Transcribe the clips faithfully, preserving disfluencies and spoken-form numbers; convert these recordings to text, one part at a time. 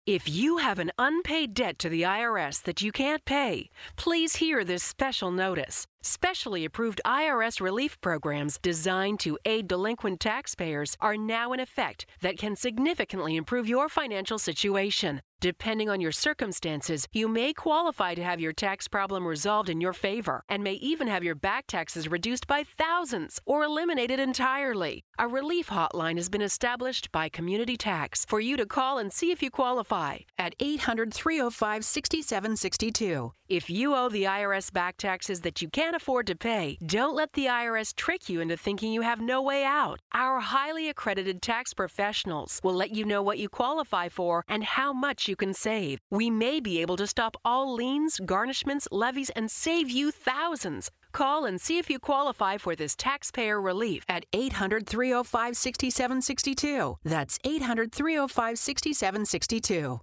If you have an unpaid debt to the I R S that you can't pay, please hear this special notice. Specially approved I R S relief programs designed to aid delinquent taxpayers are now in effect that can significantly improve your financial situation. Depending on your circumstances, you may qualify to have your tax problem resolved in your favor and may even have your back taxes reduced by thousands or eliminated entirely. A relief hotline has been established by Community Tax for you to call and see if you qualify at eight hundred, three oh five, six seven six two. If you owe the I R S back taxes that you can't afford to pay, don't let the I R S trick you into thinking you have no way out. Our highly accredited tax professionals will let you know what you qualify for and how much you can save. We may be able to stop all liens, garnishments, levies, and save you thousands. Call and see if you qualify for this taxpayer relief at eight hundred, three oh five, six seven six two. That's eight hundred, three oh five, six seven six two.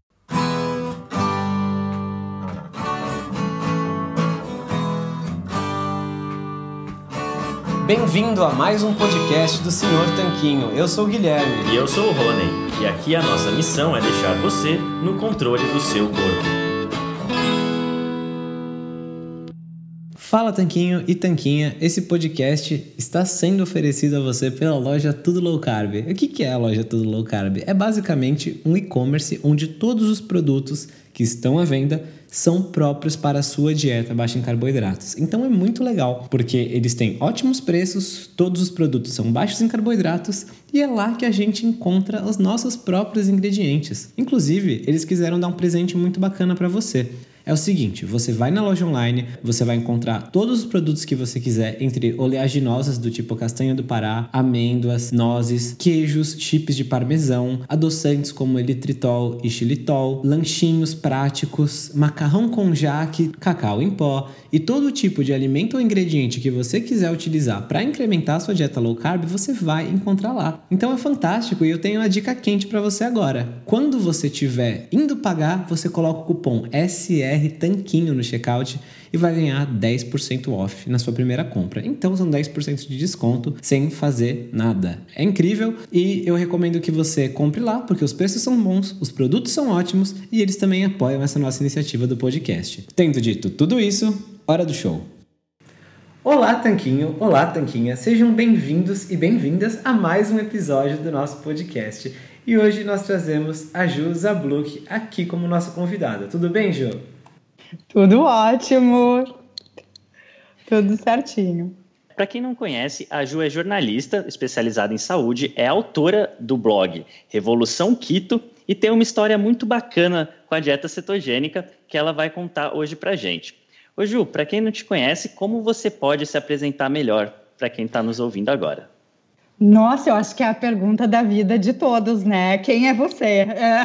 Bem-vindo a mais um podcast do senhor Tanquinho. Eu sou o Guilherme. E eu sou o Rony. E aqui a nossa missão é deixar você no controle do seu corpo. Fala Tanquinho e Tanquinha, esse podcast está sendo oferecido a você pela loja Tudo Low Carb. O que é a loja Tudo Low Carb? É basicamente um e-commerce onde todos os produtos que estão à venda são próprios para a sua dieta baixa em carboidratos. Então é muito legal, porque eles têm ótimos preços, todos os produtos são baixos em carboidratos e é lá que a gente encontra os nossos próprios ingredientes. Inclusive, eles quiseram dar um presente muito bacana para você. É o seguinte, você vai na loja online, você vai encontrar todos os produtos que você quiser, entre oleaginosas do tipo castanha do Pará, amêndoas, nozes, queijos, chips de parmesão, adoçantes como eritritol e xilitol, lanchinhos práticos, macarrão com jaque, cacau em pó e todo tipo de alimento ou ingrediente que você quiser utilizar para incrementar a sua dieta low carb, você vai encontrar lá. Então é fantástico e eu tenho uma dica quente para você agora. Quando você estiver indo pagar, você coloca o cupom S R Tanquinho no checkout e vai ganhar dez por cento off na sua primeira compra. Então são dez por cento de desconto sem fazer nada. É incrível e eu recomendo que você compre lá porque os preços são bons, os produtos são ótimos e eles também apoiam essa nossa iniciativa do podcast. Tendo dito tudo isso, hora do show! Olá Tanquinho, olá Tanquinha, sejam bem-vindos e bem-vindas a mais um episódio do nosso podcast. E hoje nós trazemos a Ju Zabluk aqui como nossa convidada. Tudo bem, Ju? Tudo ótimo, tudo certinho. Para quem não conhece, a Ju é jornalista especializada em saúde, é autora do blog Revolução Keto e tem uma história muito bacana com a dieta cetogênica que ela vai contar hoje pra gente. Ô Ju, para quem não te conhece, como você pode se apresentar melhor para quem está nos ouvindo agora? Nossa, eu acho que é a pergunta da vida de todos, né? Quem é você? É...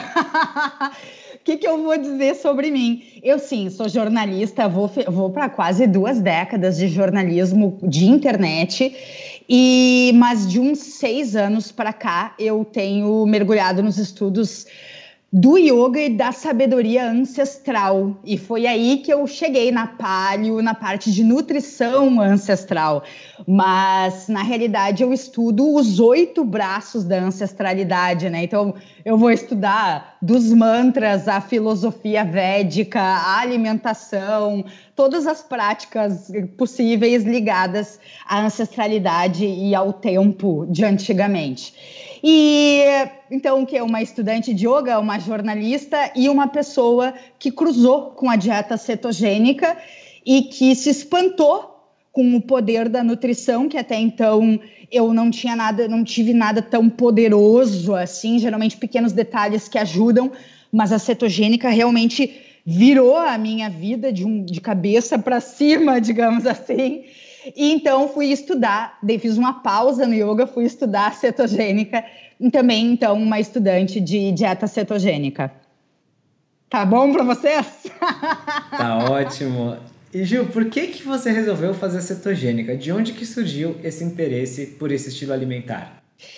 O que, que eu vou dizer sobre mim? Eu, sim, sou jornalista, vou, vou para quase duas décadas de jornalismo de internet, e, mas de uns seis anos para cá eu tenho mergulhado nos estudos do yoga e da sabedoria ancestral. E foi aí que eu cheguei na paleo, na parte de nutrição ancestral. Mas, na realidade, eu estudo os oito braços da ancestralidade, né? Então, eu vou estudar dos mantras, a filosofia védica, a alimentação, todas as práticas possíveis ligadas à ancestralidade e ao tempo de antigamente. E então, que é uma estudante de yoga, uma jornalista e uma pessoa que cruzou com a dieta cetogênica e que se espantou com o poder da nutrição, que até então eu não tinha nada, não tive nada tão poderoso assim, geralmente pequenos detalhes que ajudam, mas a cetogênica realmente virou a minha vida de, um, de cabeça para cima, digamos assim. E então fui estudar, daí fiz uma pausa no yoga, fui estudar a cetogênica e também, então, uma estudante de dieta cetogênica. Tá bom para vocês? Tá ótimo. E Gil, por que que você resolveu fazer a cetogênica? De onde que surgiu esse interesse por esse estilo alimentar?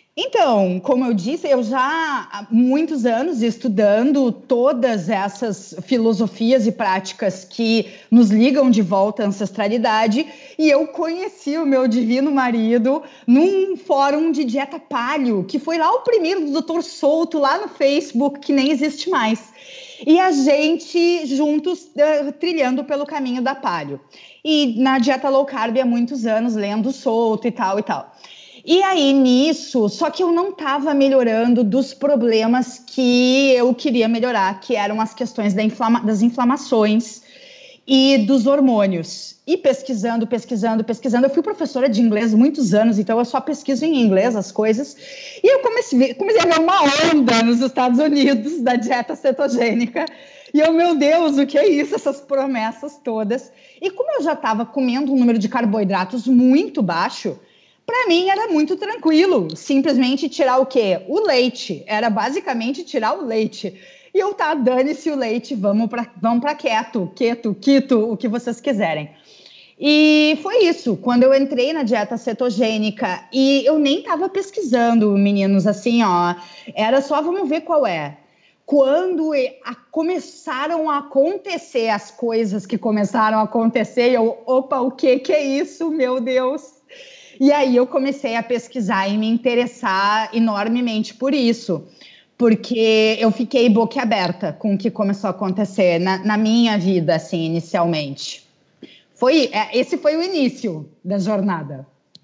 Então, como eu disse, eu já há muitos anos estudando todas essas filosofias e práticas que nos ligam de volta à ancestralidade, e eu conheci o meu divino marido num fórum de dieta paleo, que foi lá o primeiro do doutor Souto, lá no Facebook, que nem existe mais. E a gente juntos uh, trilhando pelo caminho da paleo. E na dieta low carb há muitos anos, lendo Souto e tal e tal. E aí, nisso, só que eu não estava melhorando dos problemas que eu queria melhorar, que eram as questões da inflama- das inflamações e dos hormônios. E pesquisando, pesquisando, pesquisando. Eu fui professora de inglês muitos anos, então eu só pesquiso em inglês as coisas. E eu comecei, comecei a ver uma onda nos Estados Unidos da dieta cetogênica. E eu, meu Deus, o que é isso? Essas promessas todas. E como eu já estava comendo um número de carboidratos muito baixo, para mim era muito tranquilo, simplesmente tirar o quê? O leite, era basicamente tirar o leite. E eu, tá, dane-se o leite, vamos para vamos para keto, keto, keto, o que vocês quiserem. E foi isso, quando eu entrei na dieta cetogênica, e eu nem estava pesquisando, meninos, assim, ó, era só, vamos ver qual é. Quando a, começaram a acontecer as coisas que começaram a acontecer, eu, opa, o que que é isso, meu Deus? E aí eu comecei a pesquisar e me interessar enormemente por isso, porque eu fiquei boquiaberta com o que começou a acontecer na, na minha vida, assim, inicialmente. Foi, esse foi o início da jornada.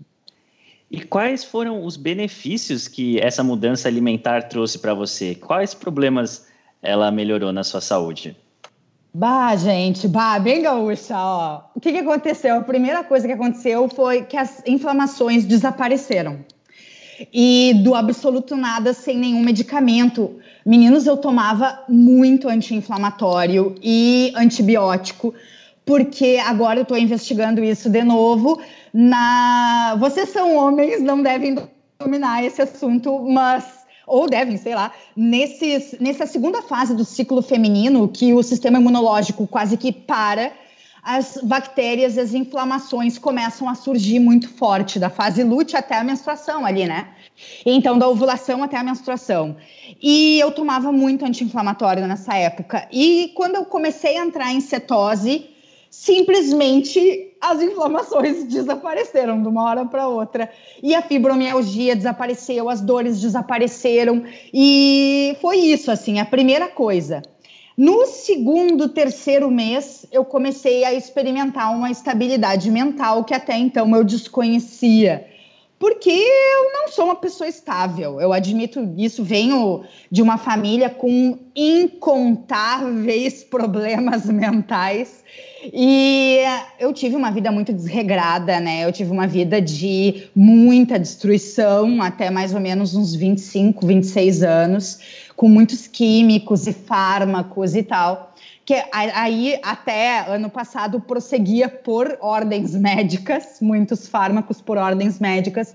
E quais foram os benefícios que essa mudança alimentar trouxe para você? Quais problemas ela melhorou na sua saúde? Bah, gente, bah, bem gaúcha, ó. O que que aconteceu? A primeira coisa que aconteceu foi que as inflamações desapareceram. E do absoluto nada, sem nenhum medicamento. Meninos, eu tomava muito anti-inflamatório e antibiótico, porque agora eu estou investigando isso de novo. Na... Vocês são homens, não devem dominar esse assunto, mas... ou devem, sei lá, nesses, nessa segunda fase do ciclo feminino, que o sistema imunológico quase que para, as bactérias, as inflamações começam a surgir muito forte, da fase lútea até a menstruação ali, né? Então, da ovulação até a menstruação. E eu tomava muito anti-inflamatório nessa época. E quando eu comecei a entrar em cetose, simplesmente as inflamações desapareceram de uma hora para outra. E a fibromialgia desapareceu, as dores desapareceram. E foi isso, assim, a primeira coisa. No segundo, terceiro mês, eu comecei a experimentar uma estabilidade mental que até então eu desconhecia. Porque eu não sou uma pessoa estável, eu admito isso, venho de uma família com incontáveis problemas mentais e eu tive uma vida muito desregrada, né? Eu tive uma vida de muita destruição até mais ou menos uns vinte e cinco, vinte e seis anos, com muitos químicos e fármacos e tal. Que aí até ano passado prosseguia por ordens médicas, muitos fármacos por ordens médicas,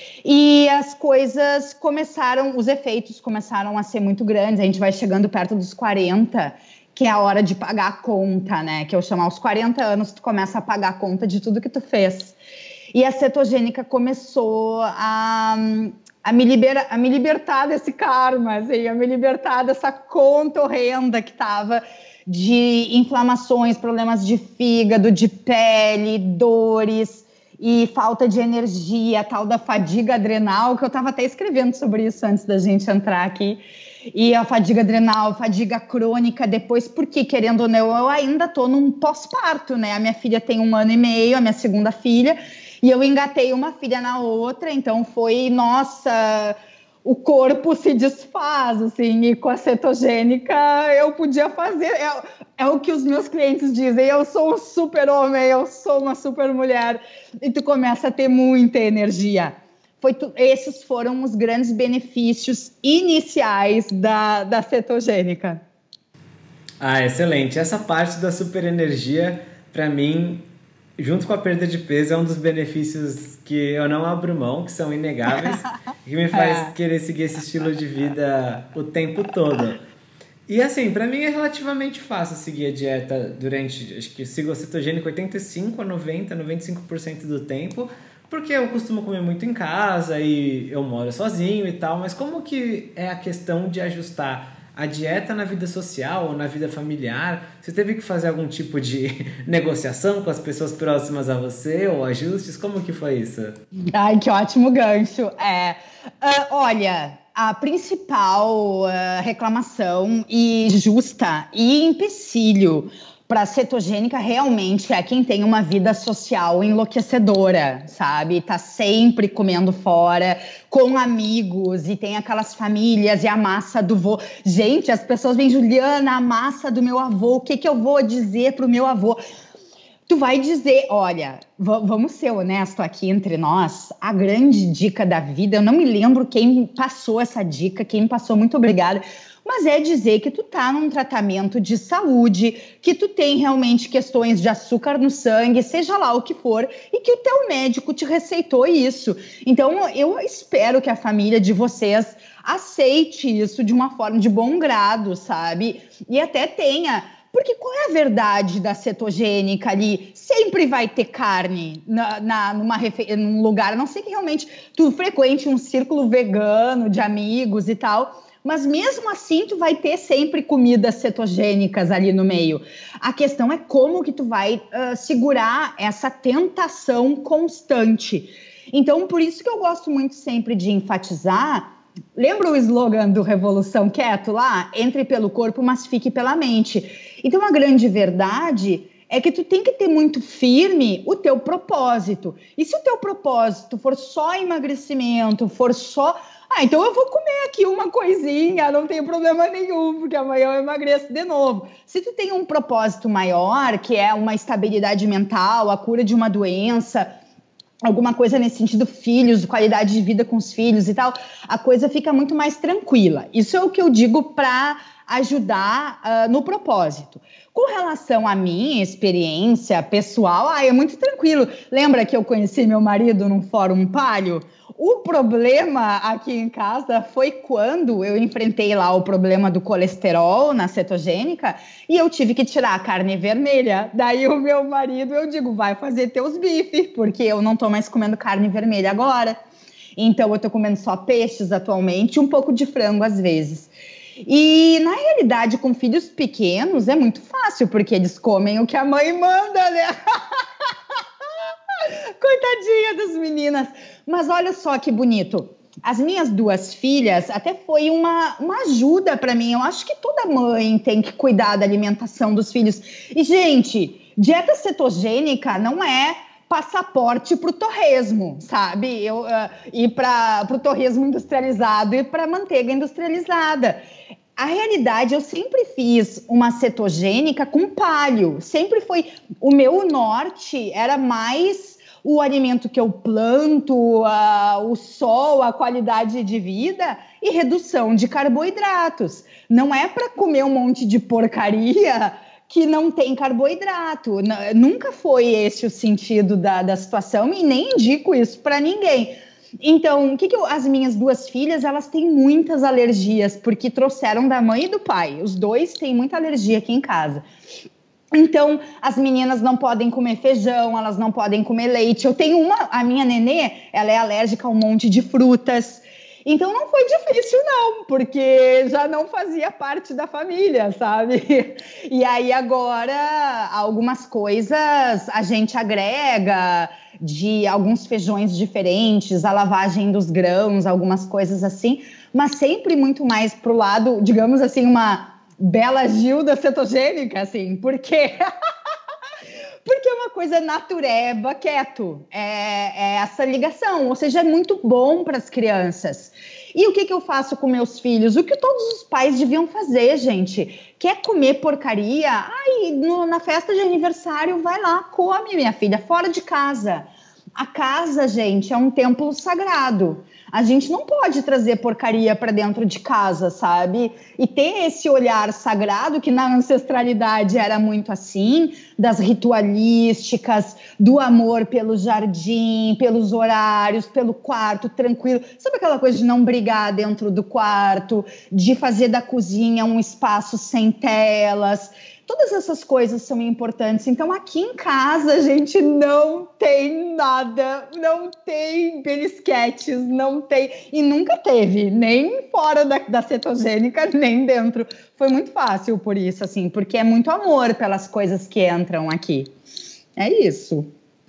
e as coisas começaram, os efeitos começaram a ser muito grandes. A gente vai chegando perto dos quarenta, que é a hora de pagar a conta, né? Que eu chamo aos quarenta anos, tu começa a pagar a conta de tudo que tu fez. E a cetogênica começou a... A me, libera, a me libertar desse karma, assim, a me libertar dessa conta horrenda que estava de inflamações, problemas de fígado, de pele, dores e falta de energia, tal da fadiga adrenal, que eu estava até escrevendo sobre isso antes da gente entrar aqui. E a fadiga adrenal, fadiga crônica depois, porque, querendo ou não, eu ainda estou num pós-parto, né? A minha filha tem um ano e meio, a minha segunda filha, e eu engatei uma filha na outra, então foi, nossa, o corpo se desfaz, assim, e com a cetogênica eu podia fazer, é, é o que os meus clientes dizem, eu sou um super homem, eu sou uma super mulher, e tu começa a ter muita energia. Foi tu, esses foram os grandes benefícios iniciais da, da cetogênica. Ah, excelente. Essa parte da super energia, para mim, junto com a perda de peso, é um dos benefícios que eu não abro mão, que são inegáveis, que me faz é. querer seguir esse estilo de vida o tempo todo. E assim, para mim é relativamente fácil seguir a dieta durante, acho que eu sigo a cetogênica oitenta e cinco a noventa, noventa e cinco por cento do tempo, porque eu costumo comer muito em casa e eu moro sozinho e tal, mas como que é a questão de ajustar a dieta na vida social ou na vida familiar? Você teve que fazer algum tipo de negociação com as pessoas próximas a você ou ajustes? Como que foi isso? Ai, que ótimo gancho. É, uh, olha, a principal uh, reclamação e justa e empecilho para cetogênica realmente é quem tem uma vida social enlouquecedora, sabe? Tá sempre comendo fora, com amigos, e tem aquelas famílias e a massa do vô. Gente, as pessoas vêm, Juliana, a massa do meu avô, o que que eu vou dizer pro meu avô? Tu vai dizer, olha, v- vamos ser honestos aqui entre nós, a grande dica da vida, eu não me lembro quem passou essa dica, quem me passou, muito obrigada, mas é dizer que tu tá num tratamento de saúde, que tu tem realmente questões de açúcar no sangue, seja lá o que for, e que o teu médico te receitou isso. Então, eu espero que a família de vocês aceite isso de uma forma de bom grado, sabe? E até tenha... Porque qual é a verdade da cetogênica ali? Sempre vai ter carne na, na, numa refe... num lugar, a não ser que realmente tu frequente um círculo vegano de amigos e tal... Mas mesmo assim, tu vai ter sempre comidas cetogênicas ali no meio. A questão é como que tu vai uh, segurar essa tentação constante. Então, por isso que eu gosto muito sempre de enfatizar. Lembra o slogan do Revolução Keto lá? Entre pelo corpo, mas fique pela mente. Então, a grande verdade é que tu tem que ter muito firme o teu propósito. E se o teu propósito for só emagrecimento, for só... Ah, então eu vou comer aqui uma coisinha, não tem problema nenhum, porque amanhã eu emagreço de novo. Se tu tem um propósito maior, que é uma estabilidade mental, a cura de uma doença, alguma coisa nesse sentido, filhos, qualidade de vida com os filhos e tal, a coisa fica muito mais tranquila. Isso é o que eu digo para ajudar uh, no propósito. Com relação à minha experiência pessoal, ah, é muito tranquilo. Lembra que eu conheci meu marido num fórum palio? O problema aqui em casa foi quando eu enfrentei lá o problema do colesterol na cetogênica e eu tive que tirar a carne vermelha. Daí o meu marido, eu digo, vai fazer teus bifes, porque eu não tô mais comendo carne vermelha agora. Então eu tô comendo só peixes atualmente, um pouco de frango às vezes. E na realidade, com filhos pequenos é muito fácil, porque eles comem o que a mãe manda, né? Coitadinha das meninas. Mas olha só que bonito. As minhas duas filhas até foi uma, uma ajuda para mim. Eu acho que toda mãe tem que cuidar da alimentação dos filhos. E, gente, dieta cetogênica não é passaporte para o torresmo, sabe? Eu, uh, e para o torresmo industrializado e para manteiga industrializada. A realidade, eu sempre fiz uma cetogênica com paleo. Sempre foi... O meu norte era mais o alimento que eu planto, uh, o sol, a qualidade de vida e redução de carboidratos. Não é para comer um monte de porcaria que não tem carboidrato. N- nunca foi esse o sentido da, da situação e nem indico isso para ninguém. Então, o que que eu, as minhas duas filhas, elas têm muitas alergias, porque trouxeram da mãe e do pai. Os dois têm muita alergia aqui em casa. Então, as meninas não podem comer feijão, elas não podem comer leite. Eu tenho uma, a minha nenê, ela é alérgica a um monte de frutas. Então, não foi difícil, não, porque já não fazia parte da família, sabe? E aí, agora, algumas coisas a gente agrega de alguns feijões diferentes, a lavagem dos grãos, algumas coisas assim, mas sempre muito mais pro lado, digamos assim, uma bela Gilda cetogênica, assim, porque... Porque é uma coisa natureba, keto, é, é essa ligação, ou seja, é muito bom para as crianças. E o que, que eu faço com meus filhos? O que todos os pais deviam fazer, gente? Quer comer porcaria? Ai, no, na festa de aniversário, vai lá, come, minha filha, fora de casa. A casa, gente, é um templo sagrado. A gente não pode trazer porcaria para dentro de casa, sabe? E ter esse olhar sagrado, que na ancestralidade era muito assim, das ritualísticas, do amor pelo jardim, pelos horários, pelo quarto tranquilo. Sabe aquela coisa de não brigar dentro do quarto, de fazer da cozinha um espaço sem telas? Todas essas coisas são importantes. Então, aqui em casa, a gente não tem nada, não tem belisquetes, não tem... E nunca teve, nem fora da, da cetogênica, nem dentro. Foi muito fácil por isso, assim, porque é muito amor pelas coisas que entram aqui. É isso.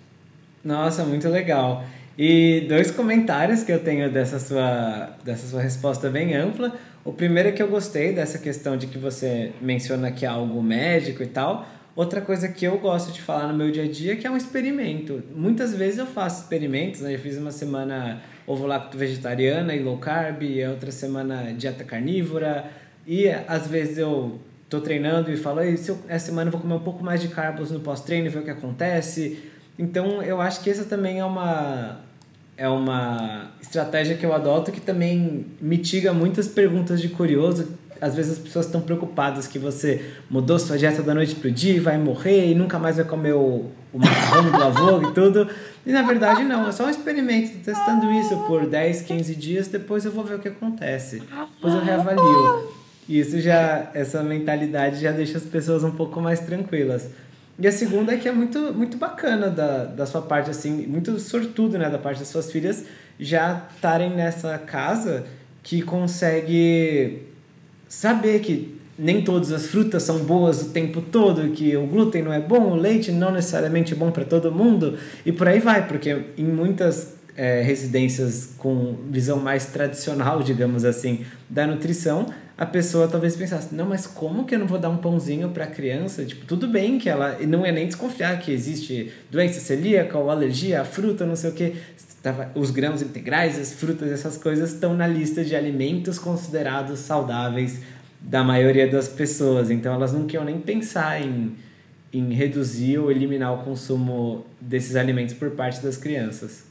Nossa, muito legal. E dois comentários que eu tenho dessa sua, dessa sua resposta bem ampla. O primeiro é que eu gostei dessa questão de que você menciona que é algo médico e tal. Outra coisa que eu gosto de falar no meu dia a dia é que é um experimento. Muitas vezes eu faço experimentos, né? Eu fiz uma semana ovo-lacto vegetariana e low carb, e outra semana dieta carnívora, e às vezes eu tô treinando e falo, se eu, essa semana eu vou comer um pouco mais de carbos no pós-treino e ver o que acontece. Então eu acho que essa também é uma... É uma estratégia que eu adoto que também mitiga muitas perguntas de curioso. Às vezes as pessoas estão preocupadas que você mudou sua dieta da noite pro dia e vai morrer e nunca mais vai comer o, o macarrão do avô e tudo. E na verdade não, é só um experimento, testando isso por dez, quinze dias, depois eu vou ver o que acontece. Depois eu reavalio. E isso já, essa mentalidade já deixa as pessoas um pouco mais tranquilas. E a segunda é que é muito, muito bacana da, da sua parte, assim, muito sortudo, né, da parte das suas filhas já estarem nessa casa que consegue saber que nem todas as frutas são boas o tempo todo, que o glúten não é bom, o leite não necessariamente é bom para todo mundo, e por aí vai, porque em muitas é, residências com visão mais tradicional, digamos assim, da nutrição, a pessoa talvez pensasse, não, mas como que eu não vou dar um pãozinho para a criança? Tipo, tudo bem que ela... E não é nem desconfiar que existe doença celíaca ou alergia à fruta, não sei o quê. Os grãos integrais, as frutas, essas coisas estão na lista de alimentos considerados saudáveis da maioria das pessoas. Então, elas não queriam nem pensar em, em reduzir ou eliminar o consumo desses alimentos por parte das crianças.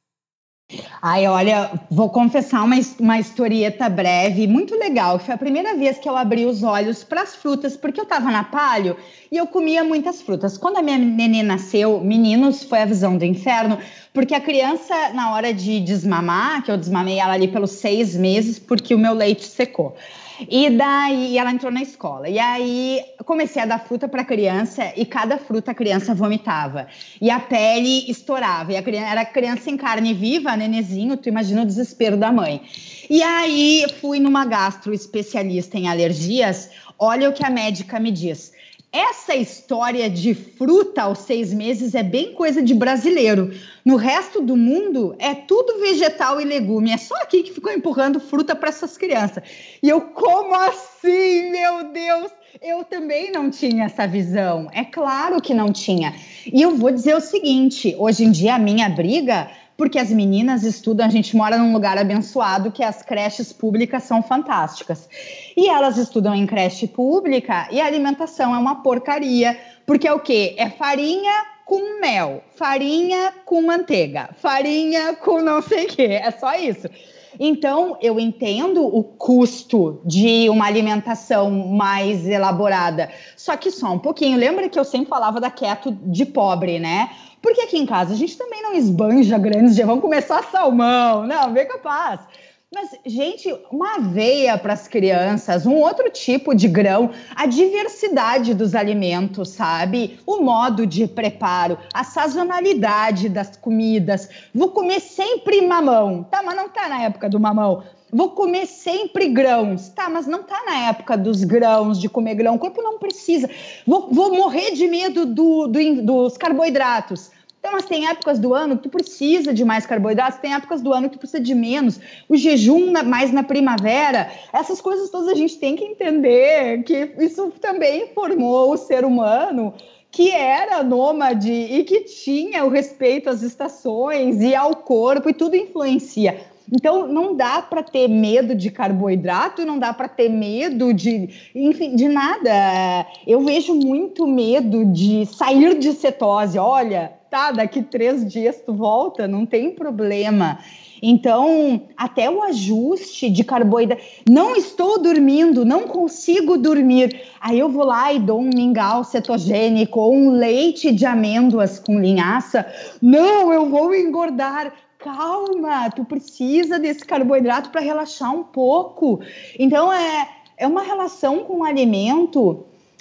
Ai, olha, vou confessar uma, uma historieta breve, muito legal. Foi a primeira vez que eu abri os olhos para as frutas, porque eu estava na palio e eu comia muitas frutas. Quando a minha neném nasceu, meninos, foi a visão do inferno, porque a criança, na hora de desmamar, que eu desmamei ela ali pelos seis meses, porque o meu leite secou. E daí ela entrou na escola. E aí comecei a dar fruta para a criança e cada fruta a criança vomitava. E a pele estourava. E a criança, era criança em carne viva, nenezinho, tu imagina o desespero da mãe. E aí fui numa gastro especialista em alergias. Olha o que a médica me diz. Essa história de fruta aos seis meses é bem coisa de brasileiro. No resto do mundo é tudo vegetal e legume. É só aqui que ficou empurrando fruta para essas crianças. E eu, como assim, meu Deus? Eu também não tinha essa visão. É claro que não tinha. E eu vou dizer o seguinte, hoje em dia a minha briga... Porque as meninas estudam, a gente mora num lugar abençoado que as creches públicas são fantásticas. E elas estudam em creche pública e a alimentação é uma porcaria. Porque é o quê? É farinha com mel, farinha com manteiga, farinha com não sei o quê. É só isso. Então, eu entendo o custo de uma alimentação mais elaborada. Só que só um pouquinho. Lembra que eu sempre falava da keto de pobre, né? Porque aqui em casa a gente também não esbanja grandes dias, vamos começar salmão, não, bem capaz. Mas, gente, uma aveia para as crianças, um outro tipo de grão, a diversidade dos alimentos, sabe? O modo de preparo, a sazonalidade das comidas. Vou comer sempre mamão, tá? Mas não tá na época do mamão. Vou comer sempre grãos, tá? Mas não tá na época dos grãos, de comer grão. O corpo não precisa. Vou, vou morrer de medo do, do, dos carboidratos. Então, mas tem épocas do ano que tu precisa de mais carboidratos, tem épocas do ano que tu precisa de menos. O jejum na, mais na primavera, essas coisas todas a gente tem que entender que isso também formou o ser humano que era nômade e que tinha o respeito às estações e ao corpo e tudo influencia. Então, não dá para ter medo de carboidrato, não dá para ter medo de, enfim, de nada. Eu vejo muito medo de sair de cetose. Olha, tá, daqui três dias tu volta, não tem problema. Então, até o ajuste de carboidrato. Não estou dormindo, não consigo dormir. Aí eu vou lá e dou um mingau cetogênico ou um leite de amêndoas com linhaça. Não, eu vou engordar. Calma, tu precisa desse carboidrato para relaxar um pouco. Então, é, é uma relação com o alimento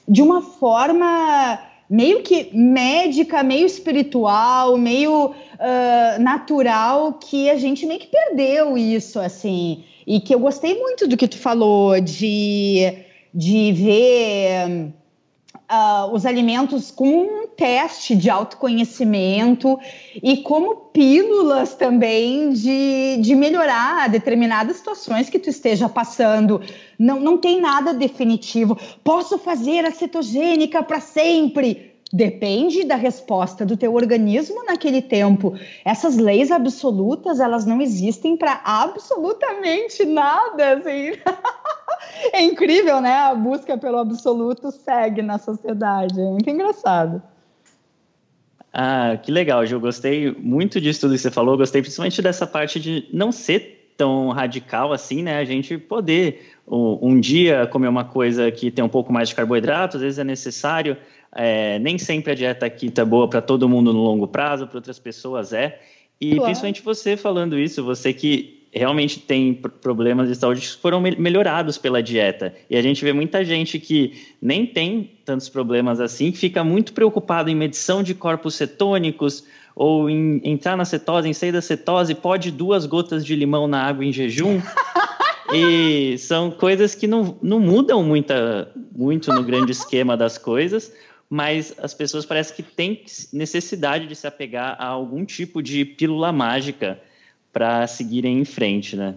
de uma forma meio que médica, meio espiritual, meio uh, natural, que a gente meio que perdeu isso, assim. E que eu gostei muito do que tu falou, de, de ver uh, os alimentos com um teste de autoconhecimento e como pílulas também de, de melhorar determinadas situações que tu esteja passando. Não, não tem nada definitivo. Posso fazer a cetogênica para sempre? Depende da resposta do teu organismo naquele tempo. Essas leis absolutas, elas não existem para absolutamente nada, assim. É incrível, né? A busca pelo absoluto segue na sociedade. É muito engraçado. Ah, que legal, Gil. Gostei muito disso tudo que você falou. Gostei principalmente dessa parte de não ser tão radical assim, né? A gente poder um, um dia comer uma coisa que tem um pouco mais de carboidrato, às vezes é necessário. É, nem sempre a dieta keto é boa para todo mundo no longo prazo, para outras pessoas é. E claro. Principalmente você falando isso, você que realmente tem problemas de saúde que foram melhorados pela dieta. E a gente vê muita gente que nem tem tantos problemas assim, que fica muito preocupado em medição de corpos cetônicos ou em entrar na cetose, em sair da cetose, pode duas gotas de limão na água em jejum. E são coisas que não, não mudam muita, muito no grande esquema das coisas, mas as pessoas parecem que têm necessidade de se apegar a algum tipo de pílula mágica para seguirem em frente, né?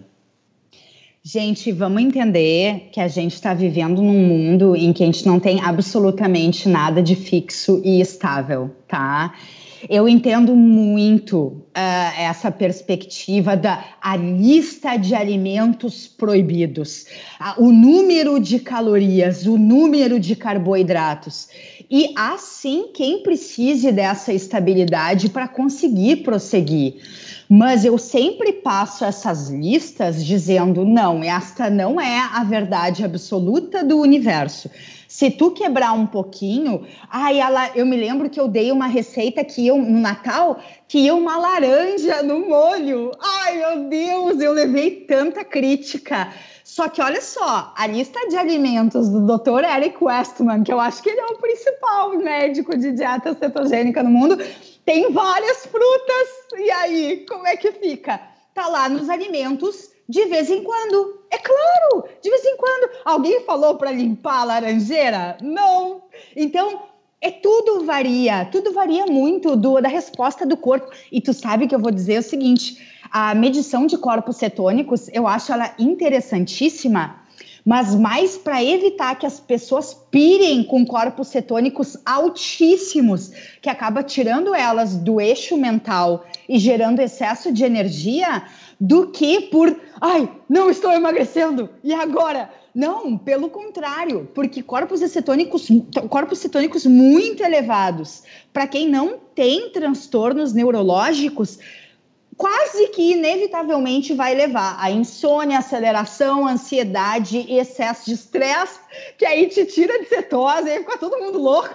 Gente, vamos entender que a gente está vivendo num mundo em que a gente não tem absolutamente nada de fixo e estável, tá? Eu entendo muito uh, essa perspectiva da a lista de alimentos proibidos, uh, o número de calorias, o número de carboidratos. E há sim quem precise dessa estabilidade para conseguir prosseguir. Mas eu sempre passo essas listas dizendo, não, esta não é a verdade absoluta do universo. Se tu quebrar um pouquinho, ai, ela, eu me lembro que eu dei uma receita que eu, no Natal, que ia uma laranja no molho. Ai, meu Deus, eu levei tanta crítica. Só que olha só, a lista de alimentos do doutor Eric Westman, que eu acho que ele é o principal médico de dieta cetogênica no mundo, tem várias frutas. E aí, como é que fica? Tá lá nos alimentos de vez em quando. É claro, de vez em quando. Alguém falou para limpar a laranjeira? Não. Então, é tudo varia, tudo varia muito do, da resposta do corpo. E tu sabe que eu vou dizer o seguinte, a medição de corpos cetônicos, eu acho ela interessantíssima, mas mais para evitar que as pessoas pirem com corpos cetônicos altíssimos, que acaba tirando elas do eixo mental e gerando excesso de energia, do que por, ai, não estou emagrecendo, e agora? Não, pelo contrário, porque corpos cetônicos, corpos cetônicos muito elevados, para quem não tem transtornos neurológicos, quase que inevitavelmente vai levar a insônia, aceleração, ansiedade e excesso de estresse, que aí te tira de cetose, aí fica todo mundo louco.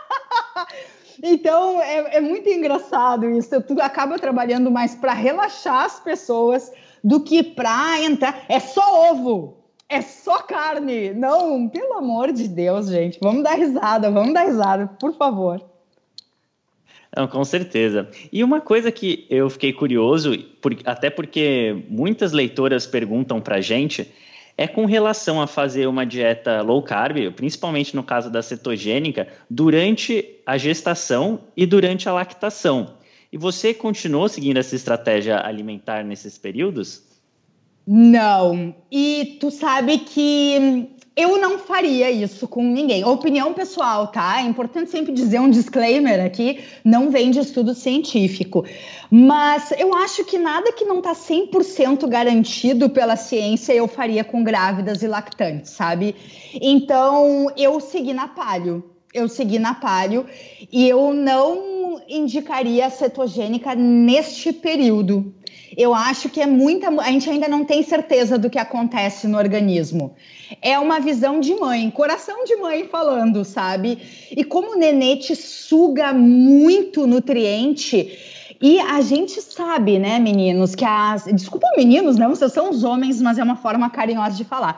Então, é, é muito engraçado isso. Tu acaba trabalhando mais para relaxar as pessoas do que para entrar. É só ovo, é só carne. Não, pelo amor de Deus, gente. Vamos dar risada, vamos dar risada, por favor. Não, com certeza. E uma coisa que eu fiquei curioso, por, até porque muitas leitoras perguntam para a gente, é com relação a fazer uma dieta low carb, principalmente no caso da cetogênica, durante a gestação e durante a lactação. E você continuou seguindo essa estratégia alimentar nesses períodos? Não. E tu sabe que eu não faria isso com ninguém. Opinião pessoal, tá? É importante sempre dizer um disclaimer aqui, não vem de estudo científico. Mas eu acho que nada que não tá cem por cento garantido pela ciência eu faria com grávidas e lactantes, sabe? Então, eu segui na paleo. Eu segui na paleo e eu não indicaria a cetogênica neste período. Eu acho que é muita... A gente ainda não tem certeza do que acontece no organismo. É uma visão de mãe, coração de mãe falando, sabe? E como o nenê te suga muito nutriente... E a gente sabe, né, meninos, que as... Desculpa, meninos, né? Vocês são os homens, mas é uma forma carinhosa de falar.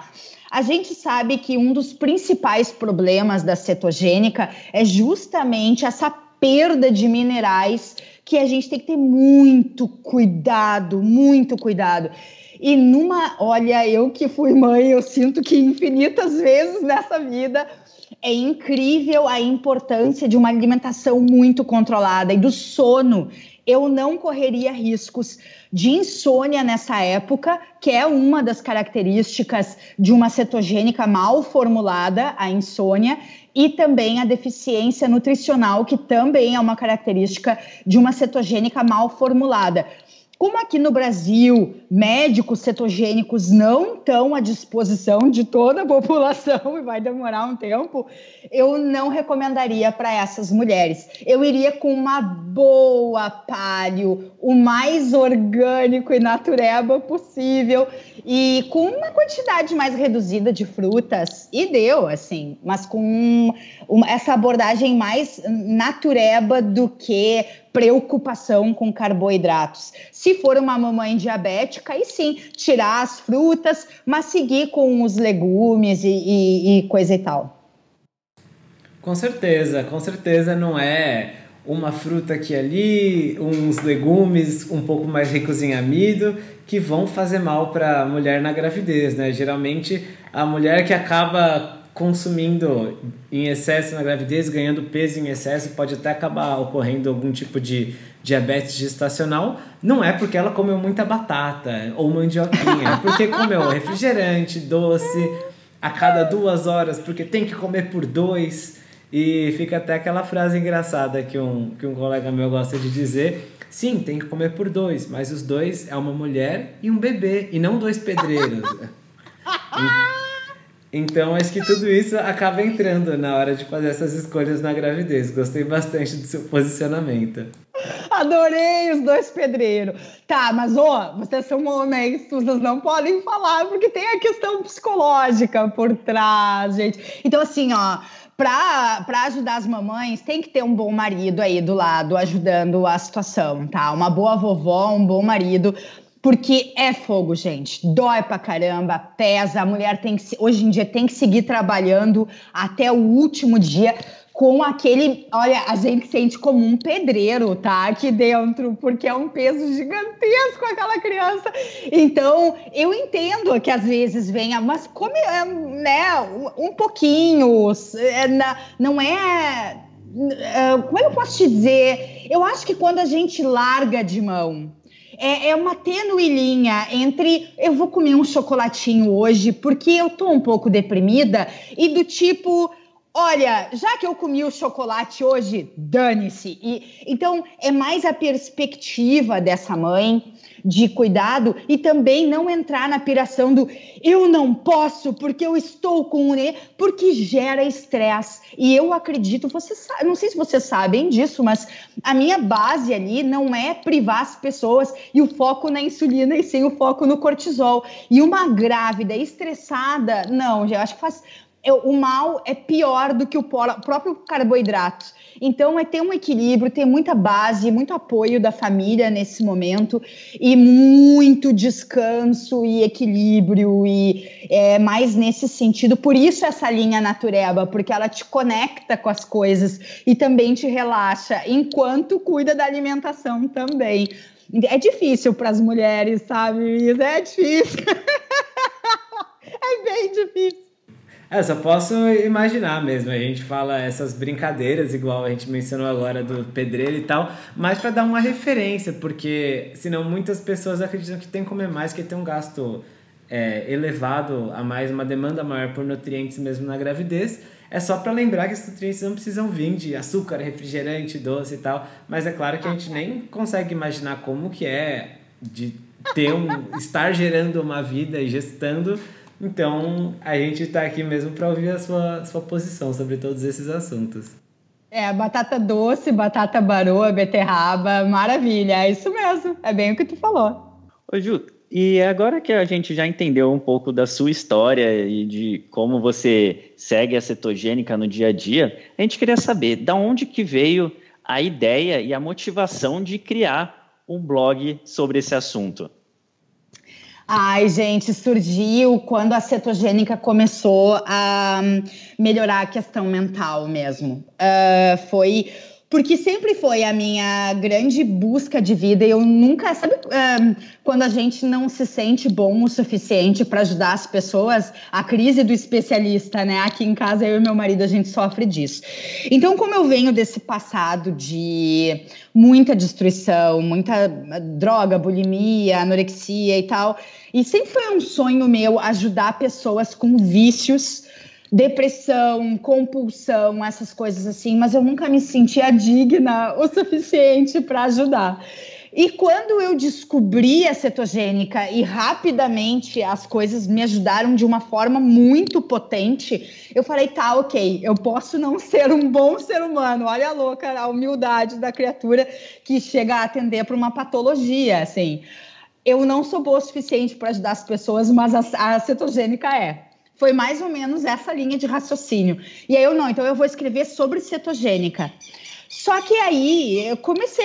A gente sabe que um dos principais problemas da cetogênica é justamente essa perda de minerais que a gente tem que ter muito cuidado, muito cuidado. E numa, olha, eu que fui mãe, eu sinto que infinitas vezes nessa vida é incrível a importância de uma alimentação muito controlada e do sono. Eu não correria riscos de insônia nessa época, que é uma das características de uma cetogênica mal formulada, a insônia, e também a deficiência nutricional, que também é uma característica de uma cetogênica mal formulada. Como aqui no Brasil, médicos cetogênicos não estão à disposição de toda a população e vai demorar um tempo, eu não recomendaria para essas mulheres. Eu iria com uma boa paleo, o mais orgânico e natureba possível e com uma quantidade mais reduzida de frutas, e deu, assim, mas com uma, essa abordagem mais natureba do que preocupação com carboidratos. Se for uma mamãe diabética, aí sim, tirar as frutas, mas seguir com os legumes e, e, e coisa e tal. Com certeza, com certeza não é uma fruta aqui e ali, uns legumes um pouco mais ricos em amido que vão fazer mal para a mulher na gravidez, né? Geralmente a mulher que acaba consumindo em excesso na gravidez, ganhando peso em excesso, pode até acabar ocorrendo algum tipo de diabetes gestacional, não é porque ela comeu muita batata ou mandioquinha, é porque comeu refrigerante, doce, a cada duas horas, porque tem que comer por dois, e fica até aquela frase engraçada que um, que um colega meu gosta de dizer, sim, tem que comer por dois, mas os dois é uma mulher e um bebê, e não dois pedreiros. Então, acho que tudo isso acaba entrando na hora de fazer essas escolhas na gravidez. Gostei bastante do seu posicionamento. Adorei os dois pedreiros. Tá, mas, ó, vocês são honestos, vocês não podem falar, porque tem a questão psicológica por trás, gente. Então, assim, ó, pra, pra ajudar as mamães, tem que ter um bom marido aí do lado, ajudando a situação, tá? Uma boa vovó, um bom marido. Porque é fogo, gente, dói pra caramba, pesa, a mulher tem que, hoje em dia tem que seguir trabalhando até o último dia com aquele, olha, a gente sente como um pedreiro, tá, aqui dentro, porque é um peso gigantesco aquela criança. Então, eu entendo que às vezes venha, mas come, né, um pouquinho, não é, como é que eu posso te dizer? Eu acho que quando a gente larga de mão, É, é uma tênue linha entre eu vou comer um chocolatinho hoje porque eu tô um pouco deprimida e do tipo, olha, já que eu comi o chocolate hoje, dane-se. E, então, é mais a perspectiva dessa mãe de cuidado e também não entrar na piração do eu não posso porque eu estou com o né, porque gera estresse. E eu acredito, vocês, não sei se vocês sabem disso, mas a minha base ali não é privar as pessoas e o foco na insulina e sem o foco no cortisol. E uma grávida estressada, não, eu acho que faz... O mal é pior do que o próprio carboidrato. Então, é ter um equilíbrio, ter muita base, muito apoio da família nesse momento e muito descanso e equilíbrio e é, mais nesse sentido. Por isso essa linha natureba, porque ela te conecta com as coisas e também te relaxa, enquanto cuida da alimentação também. É difícil para as mulheres, sabe? É difícil. É bem difícil. É, só posso imaginar mesmo, a gente fala essas brincadeiras, igual a gente mencionou agora do pedreiro e tal, mas para dar uma referência, porque senão muitas pessoas acreditam que tem que comer mais, que tem um gasto é, elevado a mais, uma demanda maior por nutrientes mesmo na gravidez. É só para lembrar que esses nutrientes não precisam vir de açúcar, refrigerante, doce e tal, mas é claro que a gente nem consegue imaginar como que é de ter um, estar gerando uma vida e gestando. Então, a gente está aqui mesmo para ouvir a sua, sua posição sobre todos esses assuntos. É, batata doce, batata baroa, beterraba, maravilha, é isso mesmo, é bem o que tu falou. Ô Ju, e agora que a gente já entendeu um pouco da sua história e de como você segue a cetogênica no dia a dia, a gente queria saber de onde que veio a ideia e a motivação de criar um blog sobre esse assunto. Ai, gente, surgiu quando a cetogênica começou a melhorar a questão mental mesmo. Uh, foi... Porque sempre foi a minha grande busca de vida e eu nunca... Sabe uh, quando a gente não se sente bom o suficiente para ajudar as pessoas? A crise do especialista, né? Aqui em casa, eu e meu marido, a gente sofre disso. Então, como eu venho desse passado de muita destruição, muita droga, bulimia, anorexia e tal, e sempre foi um sonho meu ajudar pessoas com vícios, depressão, compulsão, essas coisas assim, mas eu nunca me sentia digna o suficiente para ajudar. E quando eu descobri a cetogênica e rapidamente as coisas me ajudaram de uma forma muito potente, eu falei, tá, ok, eu posso não ser um bom ser humano, olha a louca, a humildade da criatura que chega a atender para uma patologia, assim. Eu não sou boa o suficiente para ajudar as pessoas, mas a, a cetogênica é. Foi mais ou menos essa linha de raciocínio. E aí eu não, então eu vou escrever sobre cetogênica. Só que aí eu comecei,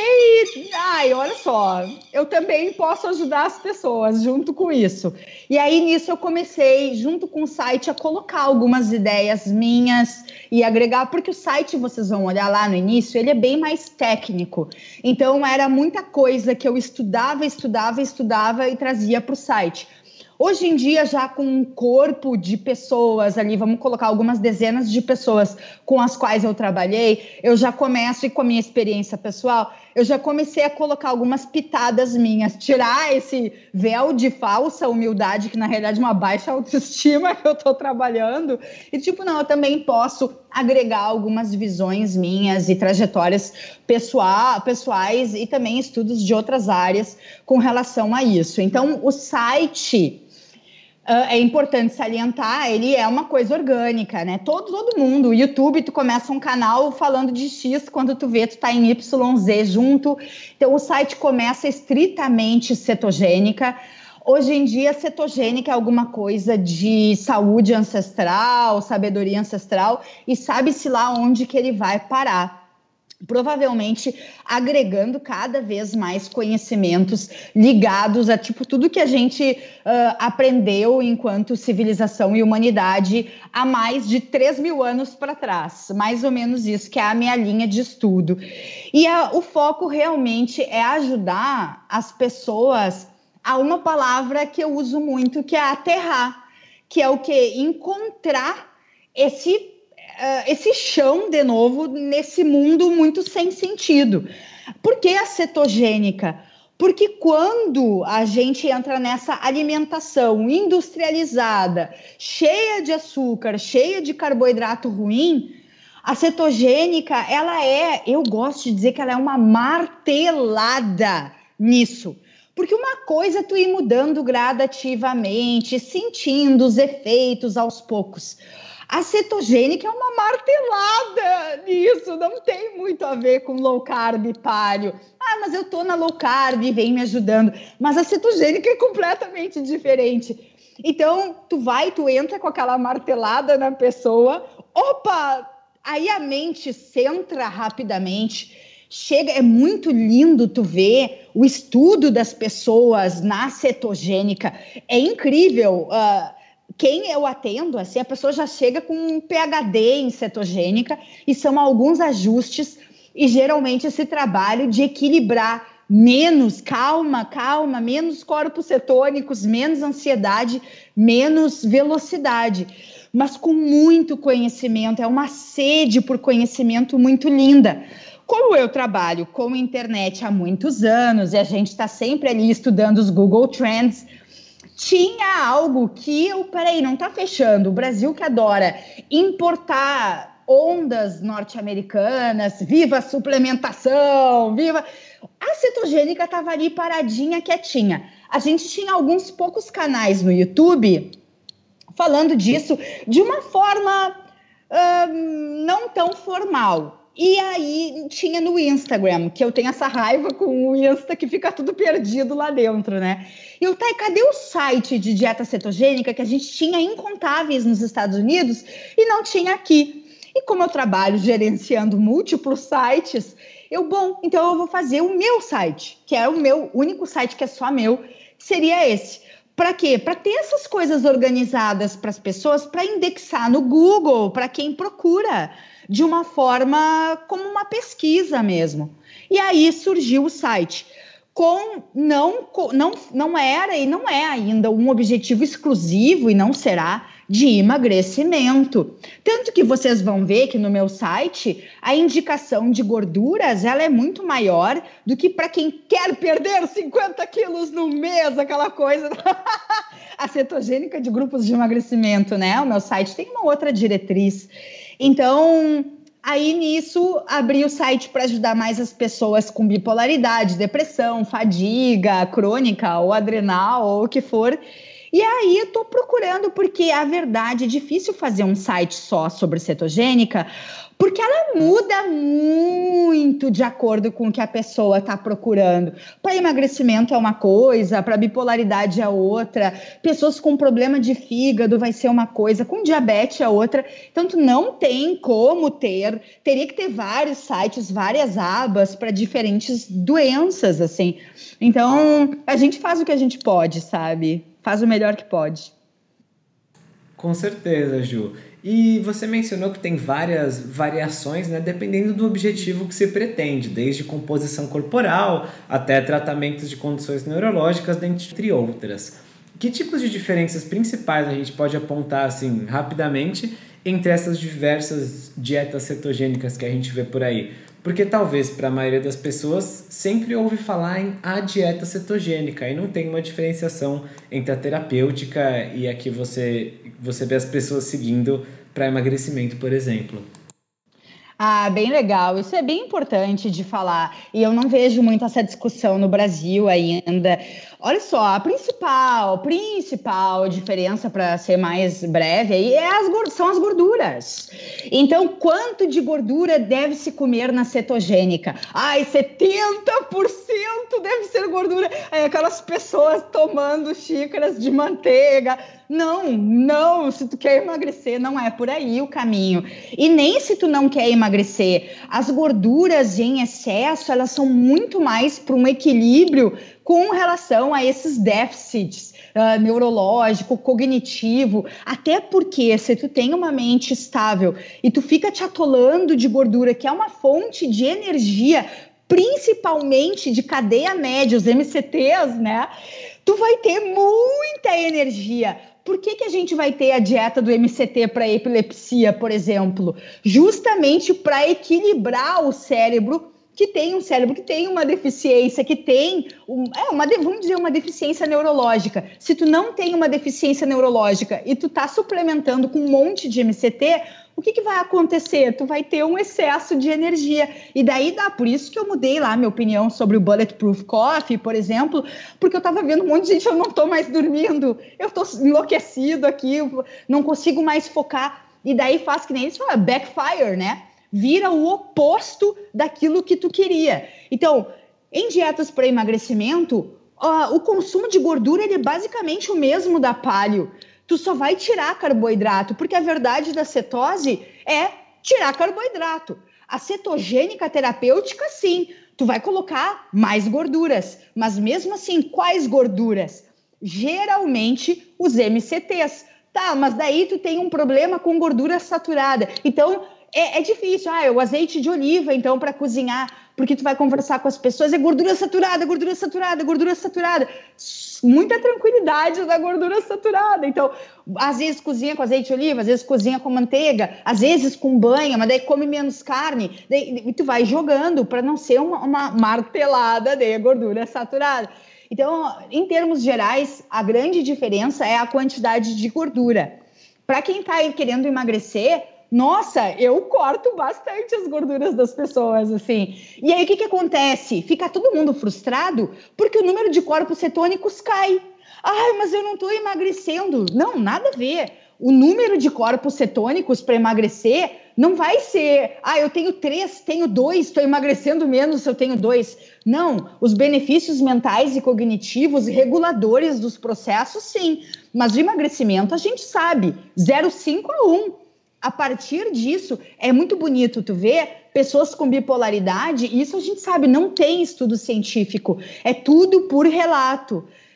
ai, olha só, eu também posso ajudar as pessoas junto com isso. E aí nisso eu comecei, junto com o site, a colocar algumas ideias minhas e agregar, porque o site, vocês vão olhar lá no início, ele é bem mais técnico. Então era muita coisa que eu estudava, estudava, estudava e trazia para o site. Hoje em dia, já com um corpo de pessoas ali, vamos colocar algumas dezenas de pessoas com as quais eu trabalhei, eu já começo, e com a minha experiência pessoal, eu já comecei a colocar algumas pitadas minhas, tirar esse véu de falsa humildade, que na realidade é uma baixa autoestima que eu estou trabalhando, e tipo, não, eu também posso agregar algumas visões minhas e trajetórias pessoal, pessoais e também estudos de outras áreas com relação a isso. Então, o site... Uh, é importante salientar, ele é uma coisa orgânica, né? Todo, todo mundo, o YouTube, tu começa um canal falando de X, quando tu vê, tu tá em Y Z junto. Então, o site começa estritamente cetogênica. Hoje em dia, cetogênica é alguma coisa de saúde ancestral, sabedoria ancestral, e sabe-se lá onde que ele vai parar. Provavelmente agregando cada vez mais conhecimentos ligados a tipo tudo que a gente uh, aprendeu enquanto civilização e humanidade há mais de três mil anos para trás, mais ou menos isso que é a minha linha de estudo. E a, o foco realmente é ajudar as pessoas a uma palavra que eu uso muito, que é aterrar, que é o que? Encontrar esse Uh, esse chão de novo nesse mundo muito sem sentido. Por que a cetogênica? Porque quando a gente entra nessa alimentação industrializada, cheia de açúcar, cheia de carboidrato ruim, a cetogênica, ela é, eu gosto de dizer que ela é uma martelada nisso. Porque uma coisa é tu ir mudando gradativamente, sentindo os efeitos aos poucos. A cetogênica é uma martelada nisso, não tem muito a ver com low carb e paleo. Ah, mas eu tô na low carb e vem me ajudando. Mas a cetogênica é completamente diferente. Então, tu vai, tu entra com aquela martelada na pessoa, opa, aí a mente centra rapidamente. Chega, é muito lindo tu ver o estudo das pessoas na cetogênica. É incrível. Uh, Quem eu atendo, assim, a pessoa já chega com um P H D em cetogênica e são alguns ajustes e geralmente esse trabalho de equilibrar menos calma, calma, menos corpos cetônicos, menos ansiedade, menos velocidade, mas com muito conhecimento, é uma sede por conhecimento muito linda. Como eu trabalho com internet há muitos anos e a gente está sempre ali estudando os Google Trends, tinha algo que eu, peraí, não tá fechando. O Brasil que adora importar ondas norte-americanas, viva a suplementação, viva... A cetogênica tava ali paradinha, quietinha. A gente tinha alguns poucos canais no YouTube falando disso de uma forma hum, não tão formal. E aí tinha no Instagram, que eu tenho essa raiva com o Insta que fica tudo perdido lá dentro, né? E eu, tá, e cadê o site de dieta cetogênica que a gente tinha incontáveis nos Estados Unidos e não tinha aqui? E como eu trabalho gerenciando múltiplos sites, eu, bom, então eu vou fazer o meu site, que é o meu único site que é só meu, que seria esse. Para quê? Para ter essas coisas organizadas para as pessoas, para indexar no Google, para quem procura, de uma forma como uma pesquisa mesmo. E aí surgiu o site. Com não, não, não era e não é ainda um objetivo exclusivo e não será de emagrecimento. Tanto que vocês vão ver que no meu site a indicação de gorduras ela é muito maior do que para quem quer perder cinquenta quilos no mês, aquela coisa. A cetogênica de grupos de emagrecimento, né? O meu site tem uma outra diretriz. Então, aí nisso, abri o site para ajudar mais as pessoas com bipolaridade, depressão, fadiga crônica ou adrenal ou o que for. E aí eu tô procurando, porque a verdade é difícil fazer um site só sobre cetogênica, porque ela muda muito de acordo com o que a pessoa está procurando. Para emagrecimento é uma coisa, para bipolaridade é outra, pessoas com problema de fígado vai ser uma coisa, com diabetes é outra. Então, tu não tem como ter, teria que ter vários sites, várias abas para diferentes doenças, assim. Então, a gente faz o que a gente pode, sabe? Faz o melhor que pode. Com certeza, Ju. E você mencionou que tem várias variações, né, dependendo do objetivo que se pretende, desde composição corporal até tratamentos de condições neurológicas, dentre outras. Que tipos de diferenças principais a gente pode apontar, assim, rapidamente, entre essas diversas dietas cetogênicas que a gente vê por aí? Porque talvez para a maioria das pessoas sempre ouve falar em a dieta cetogênica e não tem uma diferenciação entre a terapêutica e a que você, você vê as pessoas seguindo para emagrecimento, por exemplo. Ah, bem legal. Isso é bem importante de falar. E eu não vejo muito essa discussão no Brasil ainda. Olha só, a principal, principal diferença, para ser mais breve, aí, é as, são as gorduras. Então, quanto de gordura deve se comer na cetogênica? Ai, setenta por cento deve ser gordura. Aí, aquelas pessoas tomando xícaras de manteiga. Não, não, se tu quer emagrecer, não é por aí o caminho. E nem se tu não quer emagrecer. As gorduras em excesso, elas são muito mais para um equilíbrio com relação a esses déficits uh, neurológico, cognitivo, até porque se tu tem uma mente estável e tu fica te atolando de gordura, que é uma fonte de energia, principalmente de cadeia média, os M C Ts, né? Tu vai ter muita energia. Por que que a gente vai ter a dieta do M C T para epilepsia, por exemplo? Justamente para equilibrar o cérebro, que tem um cérebro que tem uma deficiência, que tem, um, é uma, vamos dizer, uma deficiência neurológica. Se tu não tem uma deficiência neurológica e tu tá suplementando com um monte de M C T, o que que vai acontecer? Tu vai ter um excesso de energia. E daí dá, por isso que eu mudei lá minha opinião sobre o Bulletproof Coffee, por exemplo, porque eu tava vendo um monte de gente, eu não tô mais dormindo, eu tô enlouquecido aqui, não consigo mais focar. E daí faz que nem eles falam, backfire, né? Vira o oposto daquilo que tu queria. Então, em dietas para emagrecimento, uh, o consumo de gordura ele é basicamente o mesmo da paleo. Tu só vai tirar carboidrato, porque a verdade da cetose é tirar carboidrato. A cetogênica terapêutica, sim, tu vai colocar mais gorduras, mas mesmo assim, quais gorduras? Geralmente, os M C Ts. Tá, mas daí tu tem um problema com gordura saturada. Então, É, é difícil, ah, o azeite de oliva, então, para cozinhar, porque tu vai conversar com as pessoas, é gordura saturada, gordura saturada, gordura saturada. Muita tranquilidade da gordura saturada. Então, às vezes cozinha com azeite de oliva, às vezes cozinha com manteiga, às vezes com banha, mas daí come menos carne, daí, e tu vai jogando para não ser uma, uma martelada de gordura saturada. Então, em termos gerais, a grande diferença é a quantidade de gordura. Para quem está aí querendo emagrecer, nossa, eu corto bastante as gorduras das pessoas, assim. E aí, o que que acontece? Fica todo mundo frustrado porque o número de corpos cetônicos cai. Ai, mas eu não estou emagrecendo. Não, nada a ver. O número de corpos cetônicos para emagrecer não vai ser, ah, eu tenho três, tenho dois, estou emagrecendo menos se eu tenho dois. Não, os benefícios mentais e cognitivos, reguladores dos processos, sim. Mas de emagrecimento, a gente sabe, zero vírgula cinco a um. A partir disso, é muito bonito tu ver pessoas com bipolaridade, isso a gente sabe, não tem estudo científico, é tudo por relato.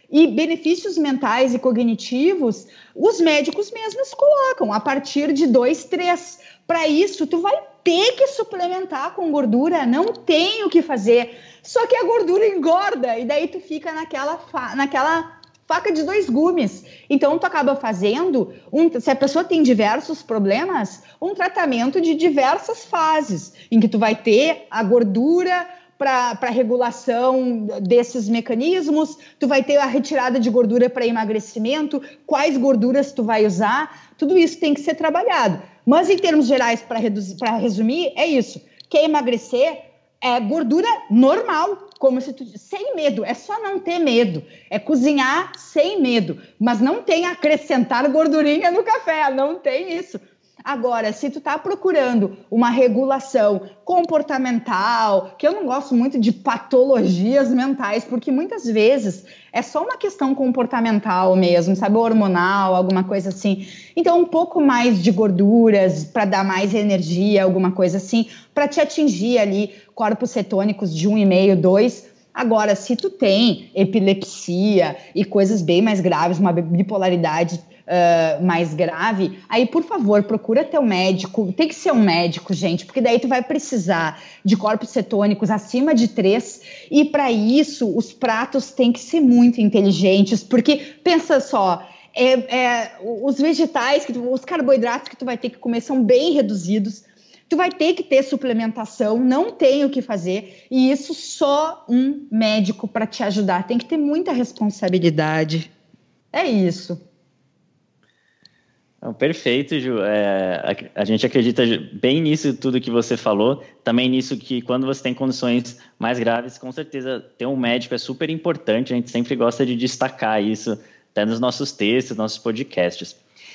E benefícios mentais e cognitivos, os médicos mesmos colocam a partir de dois, três. Para isso, tu vai ter que suplementar com gordura, não tem o que fazer. Só que a gordura engorda e daí tu fica naquela, fa- naquela faca de dois gumes. Então, tu acaba fazendo, um, se a pessoa tem diversos problemas, um tratamento de diversas fases, em que tu vai ter a gordura para regulação desses mecanismos, tu vai ter a retirada de gordura para emagrecimento, quais gorduras tu vai usar, tudo isso tem que ser trabalhado. Mas em termos gerais, para resumir, é isso. Quer emagrecer? É gordura normal, como se tu, sem medo, é só não ter medo, é cozinhar sem medo, mas não tem acrescentar gordurinha no café, não tem isso. Agora, se tu tá procurando uma regulação comportamental, que eu não gosto muito de patologias mentais, porque muitas vezes é só uma questão comportamental mesmo, sabe, hormonal, alguma coisa assim. Então, um pouco mais de gorduras para dar mais energia, alguma coisa assim, para te atingir ali corpos cetônicos de um vírgula cinco, dois. Agora, se tu tem epilepsia e coisas bem mais graves, uma bipolaridade Uh, mais grave, aí, por favor, procura teu médico. Tem que ser um médico, gente, porque daí tu vai precisar de corpos cetônicos acima de três, e para isso os pratos têm que ser muito inteligentes, porque pensa só, é, é, os vegetais, que tu, os carboidratos que tu vai ter que comer são bem reduzidos, tu vai ter que ter suplementação, não tem o que fazer, e isso só um médico para te ajudar. Tem que ter muita responsabilidade. É isso. Não, perfeito, Ju. É, a, a gente acredita bem nisso tudo que você falou, também nisso que quando você tem condições mais graves, com certeza ter um médico é super importante, a gente sempre gosta de destacar isso, até nos nossos textos, nossos podcasts.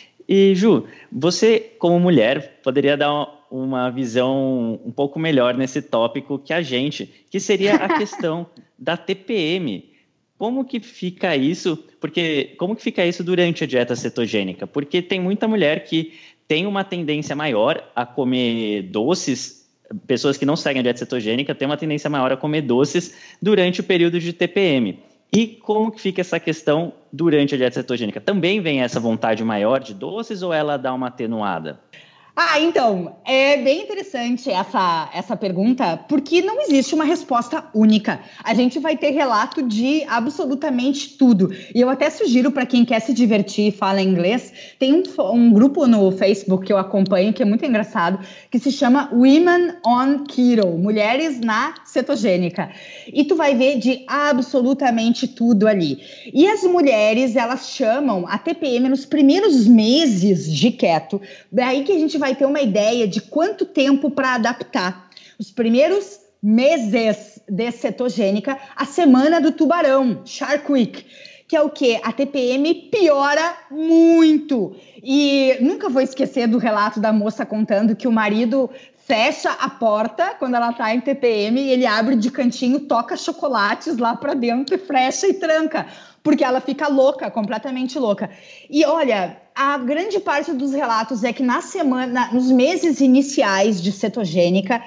E, Ju, você como mulher poderia dar uma, uma visão um pouco melhor nesse tópico que a gente, que seria a questão da T P M. Como que fica isso? Porque como que fica isso durante a dieta cetogênica? Porque tem muita mulher que tem uma tendência maior a comer doces, pessoas que não seguem a dieta cetogênica têm uma tendência maior a comer doces durante o período de T P M. E como que fica essa questão durante a dieta cetogênica? Também vem essa vontade maior de doces ou ela dá uma atenuada? Ah, então, é bem interessante essa, essa pergunta, porque não existe uma resposta única. A gente vai ter relato de absolutamente tudo. E eu até sugiro para quem quer se divertir e fala inglês, tem um, um grupo no Facebook que eu acompanho, que é muito engraçado, que se chama Women on Keto, Mulheres na Cetogênica. E tu vai ver de absolutamente tudo ali. E as mulheres, elas chamam a T P M nos primeiros meses de keto, daí que a gente vai ter uma ideia de quanto tempo para adaptar. Os primeiros meses de cetogênica, a semana do tubarão, Shark Week, que é o quê? A T P M piora muito. E nunca vou esquecer do relato da moça contando que o marido fecha a porta quando ela tá em T P M e ele abre de cantinho, toca chocolates lá para dentro e fecha e tranca, porque ela fica louca, completamente louca. E olha, a grande parte dos relatos é que na semana, nos meses iniciais de cetogênica,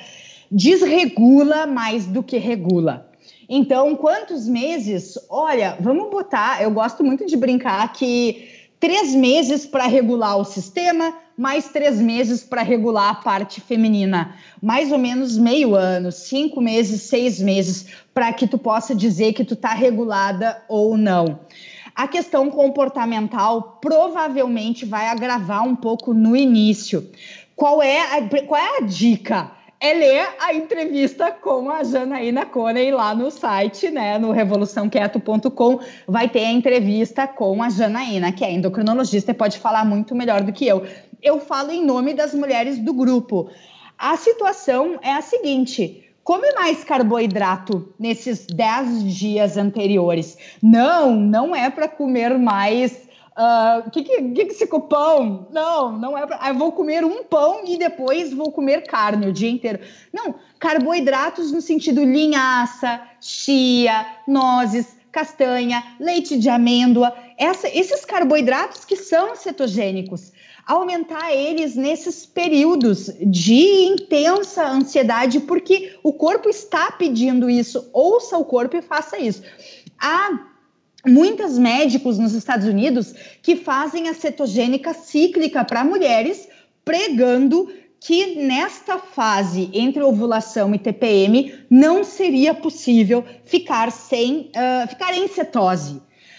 desregula mais do que regula. Então, quantos meses? Olha, vamos botar, eu gosto muito de brincar que três meses para regular o sistema, mais três meses para regular a parte feminina. Mais ou menos meio ano, cinco meses, seis meses, para que tu possa dizer que tu tá regulada ou não. A questão comportamental provavelmente vai agravar um pouco no início. Qual é a, qual é a dica? É ler a entrevista com a Janaína Coney lá no site, né, no revolução keto ponto com, vai ter a entrevista com a Janaína, que é endocrinologista e pode falar muito melhor do que eu. Eu falo em nome das mulheres do grupo. A situação é a seguinte: come mais carboidrato nesses dez dias anteriores. Não, não é para comer mais. O uh, que, que, que que se com pão? Não, não é pra... Eu vou comer um pão e depois vou comer carne o dia inteiro. Não, carboidratos no sentido linhaça, chia, nozes, castanha, leite de amêndoa. Essa, esses carboidratos que são cetogênicos. Aumentar eles nesses períodos de intensa ansiedade, porque o corpo está pedindo isso. Ouça o corpo e faça isso. A muitos médicos nos Estados Unidos que fazem a cetogênica cíclica para mulheres, pregando que nesta fase entre ovulação e T P M não seria possível ficar, sem, uh, ficar em cetose.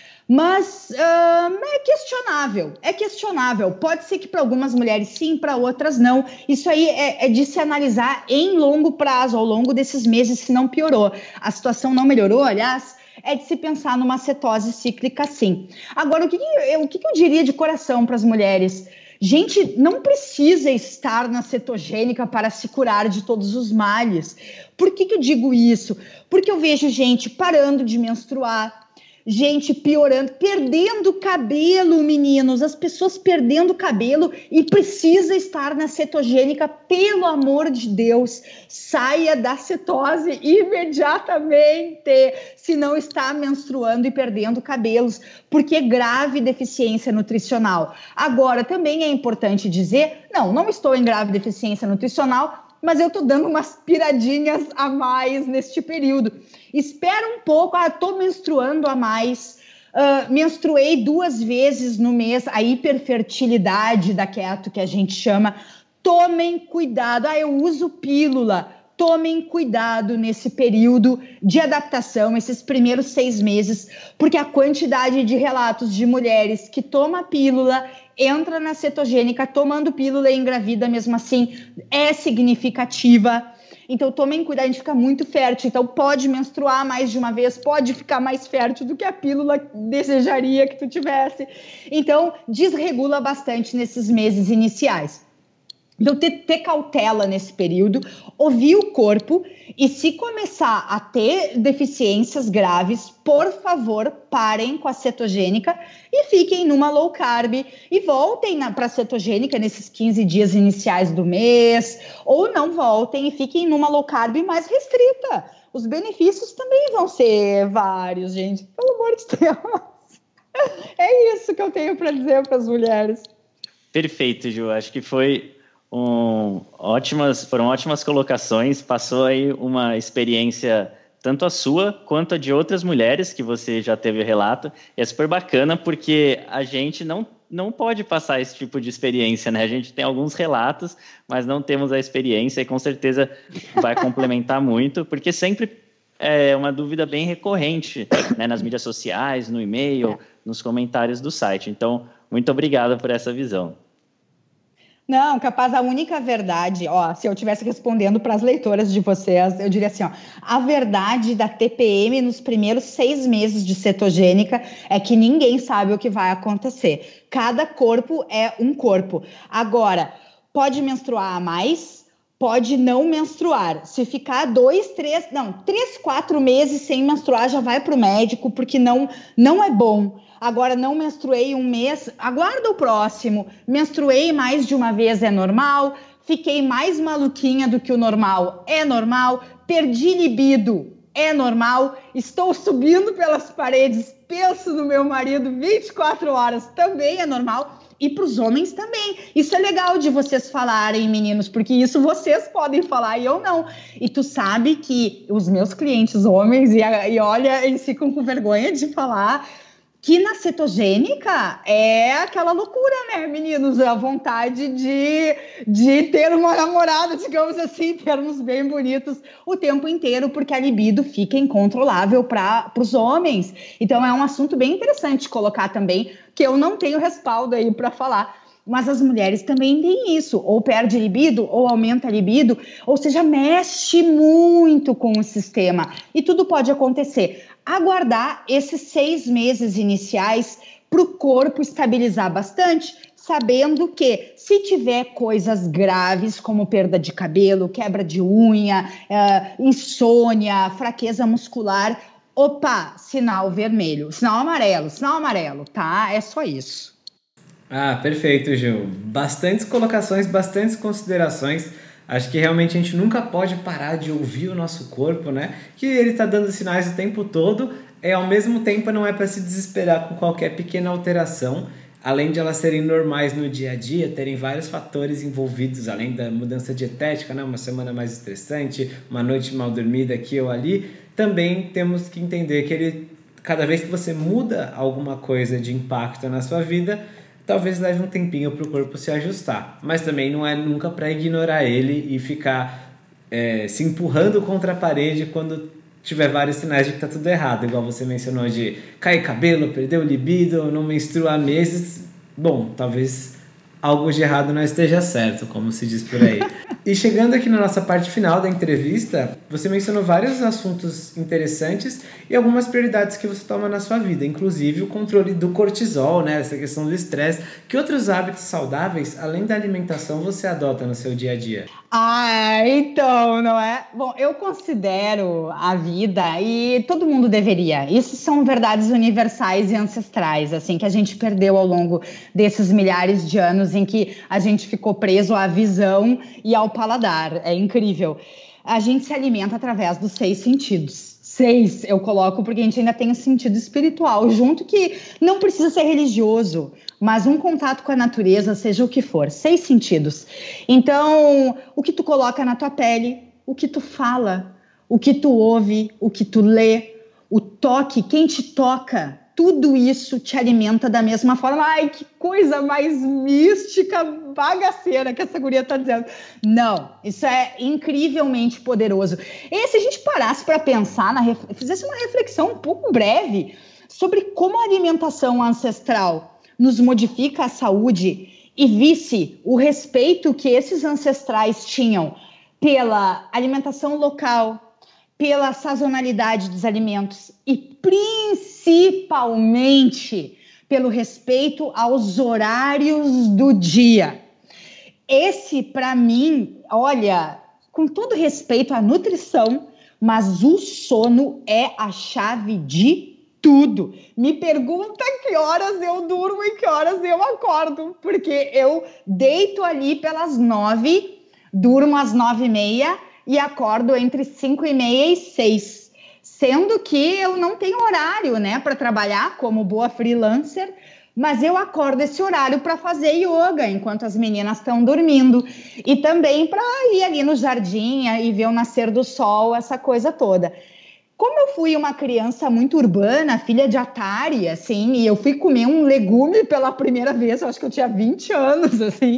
Mas uh, é questionável, é questionável. Pode ser que para algumas mulheres sim, para outras não. Isso aí é, é de se analisar em longo prazo, ao longo desses meses, se não piorou. A situação não melhorou, aliás, é de se pensar numa cetose cíclica sim. Agora, o que, que, eu, o que, que eu diria de coração para as mulheres? Gente, não precisa estar na cetogênica para se curar de todos os males. Por que, que eu digo isso? Porque eu vejo gente parando de menstruar, gente piorando, perdendo cabelo, meninos, as pessoas perdendo cabelo e precisa estar na cetogênica, pelo amor de Deus, saia da cetose imediatamente, se não está menstruando e perdendo cabelos, porque é grave deficiência nutricional. Agora, também é importante dizer, não, não estou em grave deficiência nutricional, mas eu tô dando umas piradinhas a mais neste período. Espera um pouco, ah, tô menstruando a mais, uh, menstruei duas vezes no mês, a hiperfertilidade da keto que a gente chama. Tomem cuidado, ah, eu uso pílula. Tomem cuidado nesse período de adaptação, esses primeiros seis meses, porque a quantidade de relatos de mulheres que tomam a pílula, entra na cetogênica, tomando pílula e engravida mesmo assim, é significativa. Então, tomem cuidado, a gente fica muito fértil. Então, pode menstruar mais de uma vez, pode ficar mais fértil do que a pílula desejaria que tu tivesse. Então, desregula bastante nesses meses iniciais. Então, ter, ter cautela nesse período, ouvir o corpo e se começar a ter deficiências graves, por favor, parem com a cetogênica e fiquem numa low carb e voltem para a cetogênica nesses quinze dias iniciais do mês, ou não voltem e fiquem numa low carb mais restrita. Os benefícios também vão ser vários, gente, pelo amor de Deus. É isso que eu tenho para dizer para as mulheres. Perfeito, Ju, acho que foi... Um, ótimas, foram ótimas colocações, passou aí uma experiência tanto a sua quanto a de outras mulheres que você já teve relato, e é super bacana porque a gente não, não pode passar esse tipo de experiência, né? A gente tem alguns relatos, mas não temos a experiência e com certeza vai complementar muito, porque sempre é uma dúvida bem recorrente, né? Nas mídias sociais, no e-mail, nos comentários do site. Então, muito obrigado por essa visão. Não, capaz, a única verdade, ó, se eu estivesse respondendo para as leitoras de vocês, eu diria assim, ó, a verdade da T P M nos primeiros seis meses de cetogênica é que ninguém sabe o que vai acontecer. Cada corpo é um corpo. Agora, pode menstruar a mais, pode não menstruar. Se ficar dois, três, não, três, quatro meses sem menstruar, já vai para o médico, porque não, não é bom. Agora, não menstruei um mês, aguarda o próximo. Menstruei mais de uma vez, é normal. Fiquei mais maluquinha do que o normal, é normal. Perdi libido, é normal. Estou subindo pelas paredes, penso no meu marido vinte e quatro horas, também é normal. E para os homens também. Isso é legal de vocês falarem, meninos, porque isso vocês podem falar e eu não. E tu sabe que os meus clientes homens, e, e olha, eles ficam com vergonha de falar... que na cetogênica é aquela loucura, né, meninos? A vontade de, de ter uma namorada, digamos assim, termos bem bonitos o tempo inteiro, porque a libido fica incontrolável para os homens. Então é um assunto bem interessante colocar também, que eu não tenho respaldo aí para falar. Mas as mulheres também têm isso, ou perde libido, ou aumenta a libido, ou seja, mexe muito com o sistema. E tudo pode acontecer. Aguardar esses seis meses iniciais para o corpo estabilizar bastante, sabendo que se tiver coisas graves, como perda de cabelo, quebra de unha, uh, insônia, fraqueza muscular, opa, sinal vermelho, sinal amarelo, sinal amarelo, tá? É só isso. Ah, perfeito, Gil. Bastantes colocações, bastantes considerações. Acho que realmente a gente nunca pode parar de ouvir o nosso corpo, né? Que ele está dando sinais o tempo todo, e ao mesmo tempo não é para se desesperar com qualquer pequena alteração, além de elas serem normais no dia a dia, terem vários fatores envolvidos, além da mudança dietética, né? Uma semana mais estressante, uma noite mal dormida aqui ou ali, também temos que entender que ele cada vez que você muda alguma coisa de impacto na sua vida, talvez leve um tempinho para o corpo se ajustar. Mas também não é nunca para ignorar ele e ficar é, se empurrando contra a parede quando tiver vários sinais de que tá tudo errado. Igual você mencionou de cair cabelo, perder o libido, não menstruar meses. Bom, talvez algo de errado não esteja certo, como se diz por aí. E chegando aqui na nossa parte final da entrevista, você mencionou vários assuntos interessantes e algumas prioridades que você toma na sua vida, inclusive o controle do cortisol, né, essa questão do estresse. Que outros hábitos saudáveis, além da alimentação, você adota no seu dia a dia? Ah, então, não é? Bom, eu considero a vida, e todo mundo deveria, isso são verdades universais e ancestrais, assim, que a gente perdeu ao longo desses milhares de anos em que a gente ficou preso à visão e ao paladar. É incrível. A gente se alimenta através dos seis sentidos. Seis, eu coloco, porque a gente ainda tem o sentido espiritual junto, que não precisa ser religioso, mas um contato com a natureza, seja o que for. Seis sentidos. Então, o que tu coloca na tua pele, o que tu fala, o que tu ouve, o que tu lê, o toque, quem te toca, tudo isso te alimenta da mesma forma. Ai, que coisa mais mística, bagaceira que essa guria tá dizendo. Não, isso é incrivelmente poderoso. E se a gente parasse para pensar, na, fizesse uma reflexão um pouco breve sobre como a alimentação ancestral nos modifica a saúde e visse o respeito que esses ancestrais tinham pela alimentação local, pela sazonalidade dos alimentos e principalmente pelo respeito aos horários do dia. Esse, para mim, olha, com todo respeito à nutrição, mas o sono é a chave de tudo. Me pergunta que horas eu durmo e que horas eu acordo, porque eu deito ali pelas nove, durmo às nove e meia e acordo entre cinco e meia e seis, sendo que eu não tenho horário, né, para trabalhar como boa freelancer, mas eu acordo esse horário para fazer yoga enquanto as meninas estão dormindo e também para ir ali no jardim e ver o nascer do sol, essa coisa toda. Como eu fui uma criança muito urbana, filha de Atari, assim, e eu fui comer um legume pela primeira vez, eu acho que eu tinha vinte anos, assim,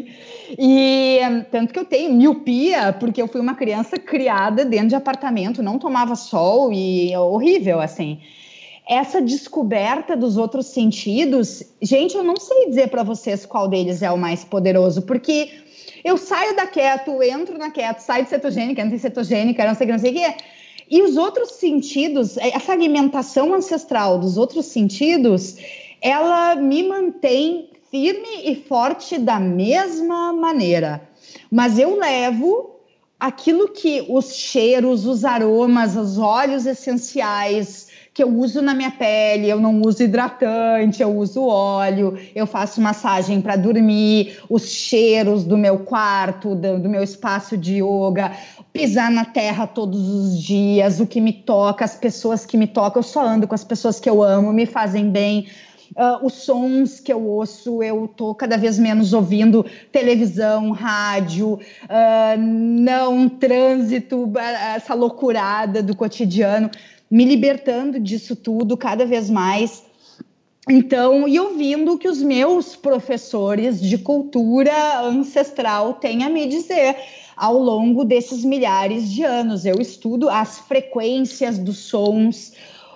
e tanto que eu tenho miopia, porque eu fui uma criança criada dentro de apartamento, não tomava sol e é horrível, assim. Essa descoberta dos outros sentidos, gente, eu não sei dizer para vocês qual deles é o mais poderoso, porque eu saio da keto, entro na keto, saio de cetogênica, entro em cetogênica, não sei o que, não sei o que. E os outros sentidos, essa alimentação ancestral dos outros sentidos, ela me mantém firme e forte da mesma maneira. Mas eu levo aquilo que os cheiros, os aromas, os óleos essenciais que eu uso na minha pele, eu não uso hidratante, eu uso óleo, eu faço massagem para dormir, os cheiros do meu quarto, do, do meu espaço de yoga, pisar na terra todos os dias, o que me toca, as pessoas que me tocam, eu só ando com as pessoas que eu amo, me fazem bem. Uh, os sons que eu ouço, eu tô cada vez menos ouvindo televisão, rádio, uh, não trânsito, essa loucurada do cotidiano, me libertando disso tudo cada vez mais. Então, e ouvindo o que os meus professores de cultura ancestral têm a me dizer ao longo desses milhares de anos. Eu estudo as frequências dos sons.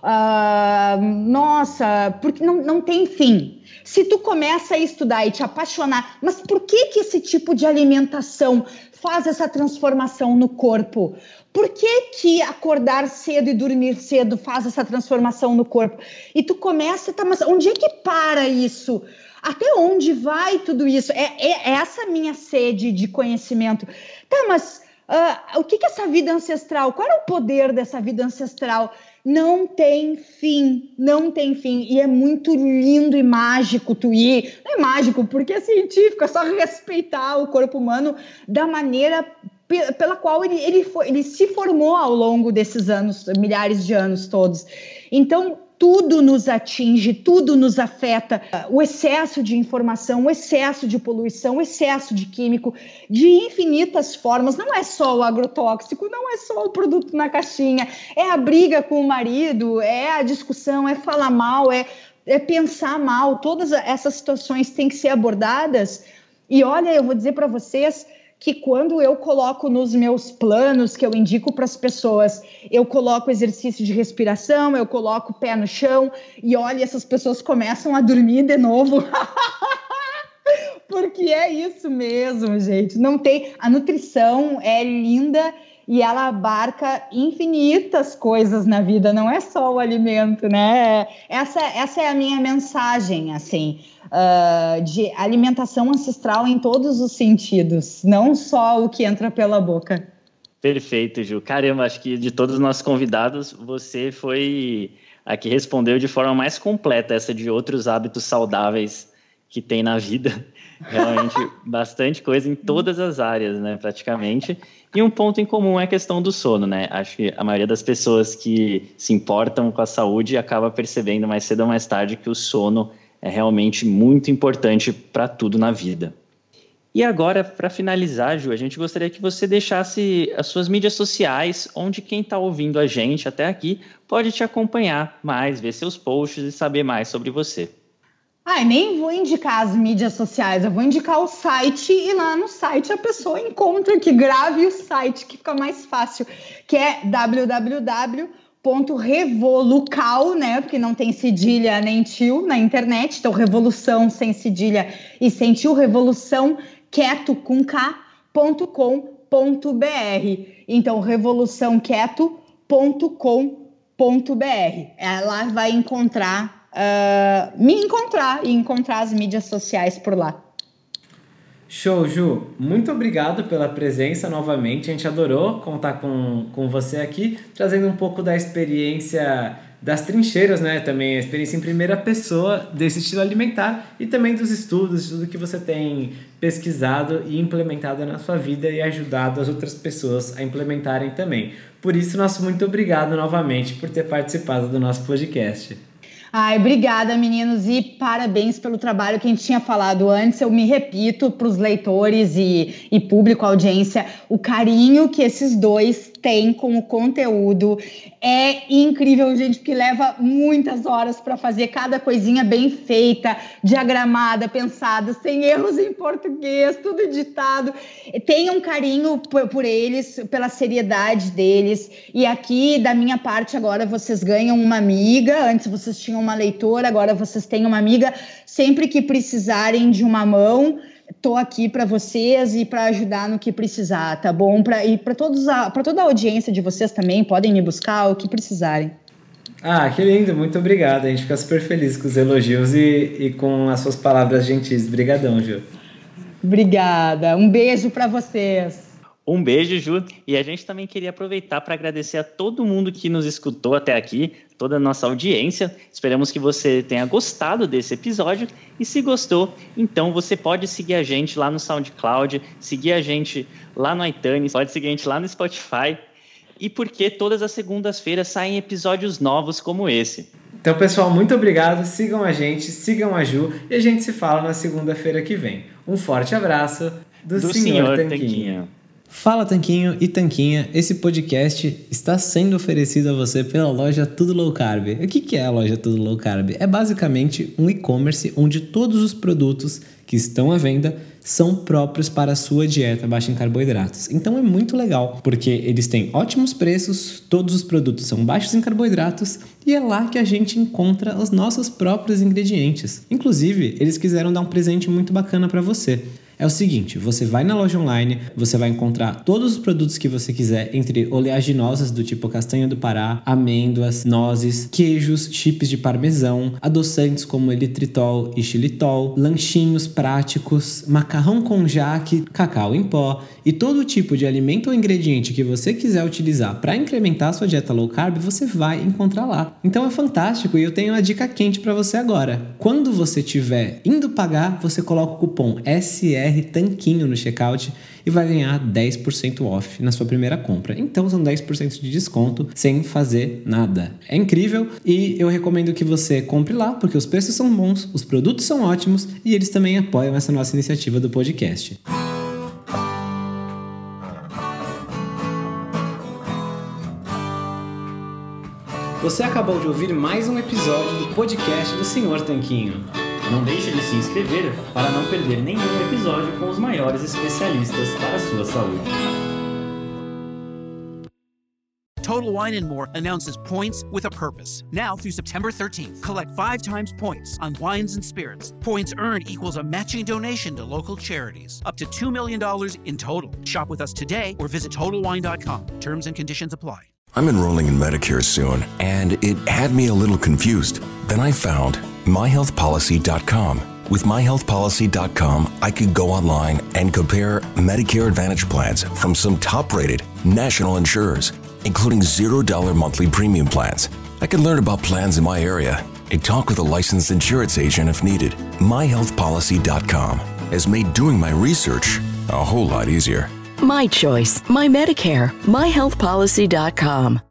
Uh, nossa, porque não, não tem fim. Se tu começa a estudar e te apaixonar, mas por que que esse tipo de alimentação faz essa transformação no corpo? Por que que acordar cedo e dormir cedo faz essa transformação no corpo? E tu começa, tá, mas onde é que para isso? Até onde vai tudo isso? É, é essa minha sede de conhecimento. Tá, mas uh, o que que é essa vida ancestral? Qual é o poder dessa vida ancestral? Não tem fim, não tem fim. E é muito lindo e mágico tu ir. Não é mágico porque é científico, é só respeitar o corpo humano da maneira pela qual ele, ele, foi, ele se formou ao longo desses anos, milhares de anos todos. Então, tudo nos atinge, tudo nos afeta. O excesso de informação, o excesso de poluição, o excesso de químico, de infinitas formas. Não é só o agrotóxico, não é só o produto na caixinha. É a briga com o marido, é a discussão, é falar mal, é, é pensar mal. Todas essas situações têm que ser abordadas. E olha, eu vou dizer para vocês que quando eu coloco nos meus planos, que eu indico para as pessoas, eu coloco exercício de respiração, eu coloco o pé no chão, e olha, essas pessoas começam a dormir de novo. Porque é isso mesmo, gente. Não tem... A nutrição é linda e ela abarca infinitas coisas na vida, não é só o alimento, né? Essa, essa é a minha mensagem, assim... Uh, de alimentação ancestral em todos os sentidos, não só o que entra pela boca. Perfeito, Ju. Caramba, acho que de todos os nossos convidados, você foi a que respondeu de forma mais completa essa de outros hábitos saudáveis que tem na vida. Realmente, bastante coisa em todas as áreas, né, praticamente. E um ponto em comum é a questão do sono, né? Acho que a maioria das pessoas que se importam com a saúde acaba percebendo mais cedo ou mais tarde que o sono é realmente muito importante para tudo na vida. E agora, para finalizar, Ju, a gente gostaria que você deixasse as suas mídias sociais, onde quem está ouvindo a gente até aqui pode te acompanhar mais, ver seus posts e saber mais sobre você. Ah, nem vou indicar as mídias sociais, eu vou indicar o site, e lá no site a pessoa encontra, que grave o site, que fica mais fácil, que é w w w ponto revolucal, né, porque não tem cedilha nem tio na internet, então revolução sem cedilha e sem tio, revolução keto com k ponto com ponto b r. Então revolução keto ponto com ponto b r. Ela vai encontrar, uh, me encontrar e encontrar as mídias sociais por lá. Show, Ju. Muito obrigado pela presença novamente. A gente adorou contar com, com você aqui, trazendo um pouco da experiência das trincheiras, né? Também a experiência em primeira pessoa desse estilo alimentar e também dos estudos, tudo que você tem pesquisado e implementado na sua vida e ajudado as outras pessoas a implementarem também. Por isso, nosso muito obrigado novamente por ter participado do nosso podcast. Ai, obrigada, meninos, e parabéns pelo trabalho que a gente tinha falado antes. Eu me repito para os leitores e, e público, audiência, o carinho que esses dois têm com o conteúdo é incrível, gente, porque leva muitas horas para fazer cada coisinha bem feita, diagramada, pensada, sem erros em português, tudo editado. Tenham um carinho por, por eles, pela seriedade deles, e aqui, da minha parte, agora vocês ganham uma amiga. Antes vocês tinham uma leitora, agora vocês têm uma amiga. Sempre que precisarem de uma mão, tô aqui para vocês e para ajudar no que precisar, tá bom? Pra, e para todos para toda a audiência de vocês também, podem me buscar o que precisarem. Ah, que lindo, muito obrigado. A gente fica super feliz com os elogios e, e com as suas palavras gentis. Obrigadão, Ju. Obrigada. Um beijo para vocês. Um beijo, Ju. E a gente também queria aproveitar para agradecer a todo mundo que nos escutou até aqui, toda a nossa audiência. Esperamos que você tenha gostado desse episódio. E se gostou, então você pode seguir a gente lá no SoundCloud, seguir a gente lá no iTunes, pode seguir a gente lá no Spotify. E porque todas as segundas-feiras saem episódios novos como esse. Então, pessoal, muito obrigado. Sigam a gente, sigam a Ju e a gente se fala na segunda-feira que vem. Um forte abraço do, do senhor, senhor Tanquinho. Tanquinho. Fala, Tanquinho e Tanquinha, esse podcast está sendo oferecido a você pela loja Tudo Low Carb. O que é a loja Tudo Low Carb? É basicamente um e-commerce onde todos os produtos que estão à venda são próprios para a sua dieta baixa em carboidratos. Então é muito legal, porque eles têm ótimos preços, todos os produtos são baixos em carboidratos e é lá que a gente encontra os nossos próprios ingredientes. Inclusive, eles quiseram dar um presente muito bacana para você. É o seguinte, você vai na loja online, você vai encontrar todos os produtos que você quiser, entre oleaginosas do tipo castanha do Pará, amêndoas, nozes, queijos, chips de parmesão, adoçantes como eritritol e xilitol, lanchinhos práticos, macarrão com jaque, cacau em pó e todo tipo de alimento ou ingrediente que você quiser utilizar para incrementar a sua dieta low carb, você vai encontrar lá. Então é fantástico e eu tenho uma dica quente para você agora. Quando você estiver indo pagar, você coloca o cupom S R R Tanquinho no checkout e vai ganhar dez por cento off na sua primeira compra. Então são dez por cento de desconto sem fazer nada. É incrível e eu recomendo que você compre lá, porque os preços são bons, os produtos são ótimos e eles também apoiam essa nossa iniciativa do podcast. Você acabou de ouvir mais um episódio do podcast do senhor Tanquinho. Não deixe de se inscrever para não perder nenhum episódio com os maiores especialistas para a sua saúde. Total Wine and More announces points with a purpose. Now through September thirteenth, collect five times points on wines and spirits. Points earned equals a matching donation to local charities. Up to two million dollars in total. Shop with us today or visit total wine dot com. Terms and conditions apply. I'm enrolling in Medicare soon, and it had me a little confused. Then I found my health policy dot com. With my health policy dot com, I could go online and compare Medicare Advantage plans from some top-rated national insurers, including zero dollars monthly premium plans. I could learn about plans in my area and talk with a licensed insurance agent if needed. my health policy dot com has made doing my research a whole lot easier. My choice, my Medicare, my health policy dot com.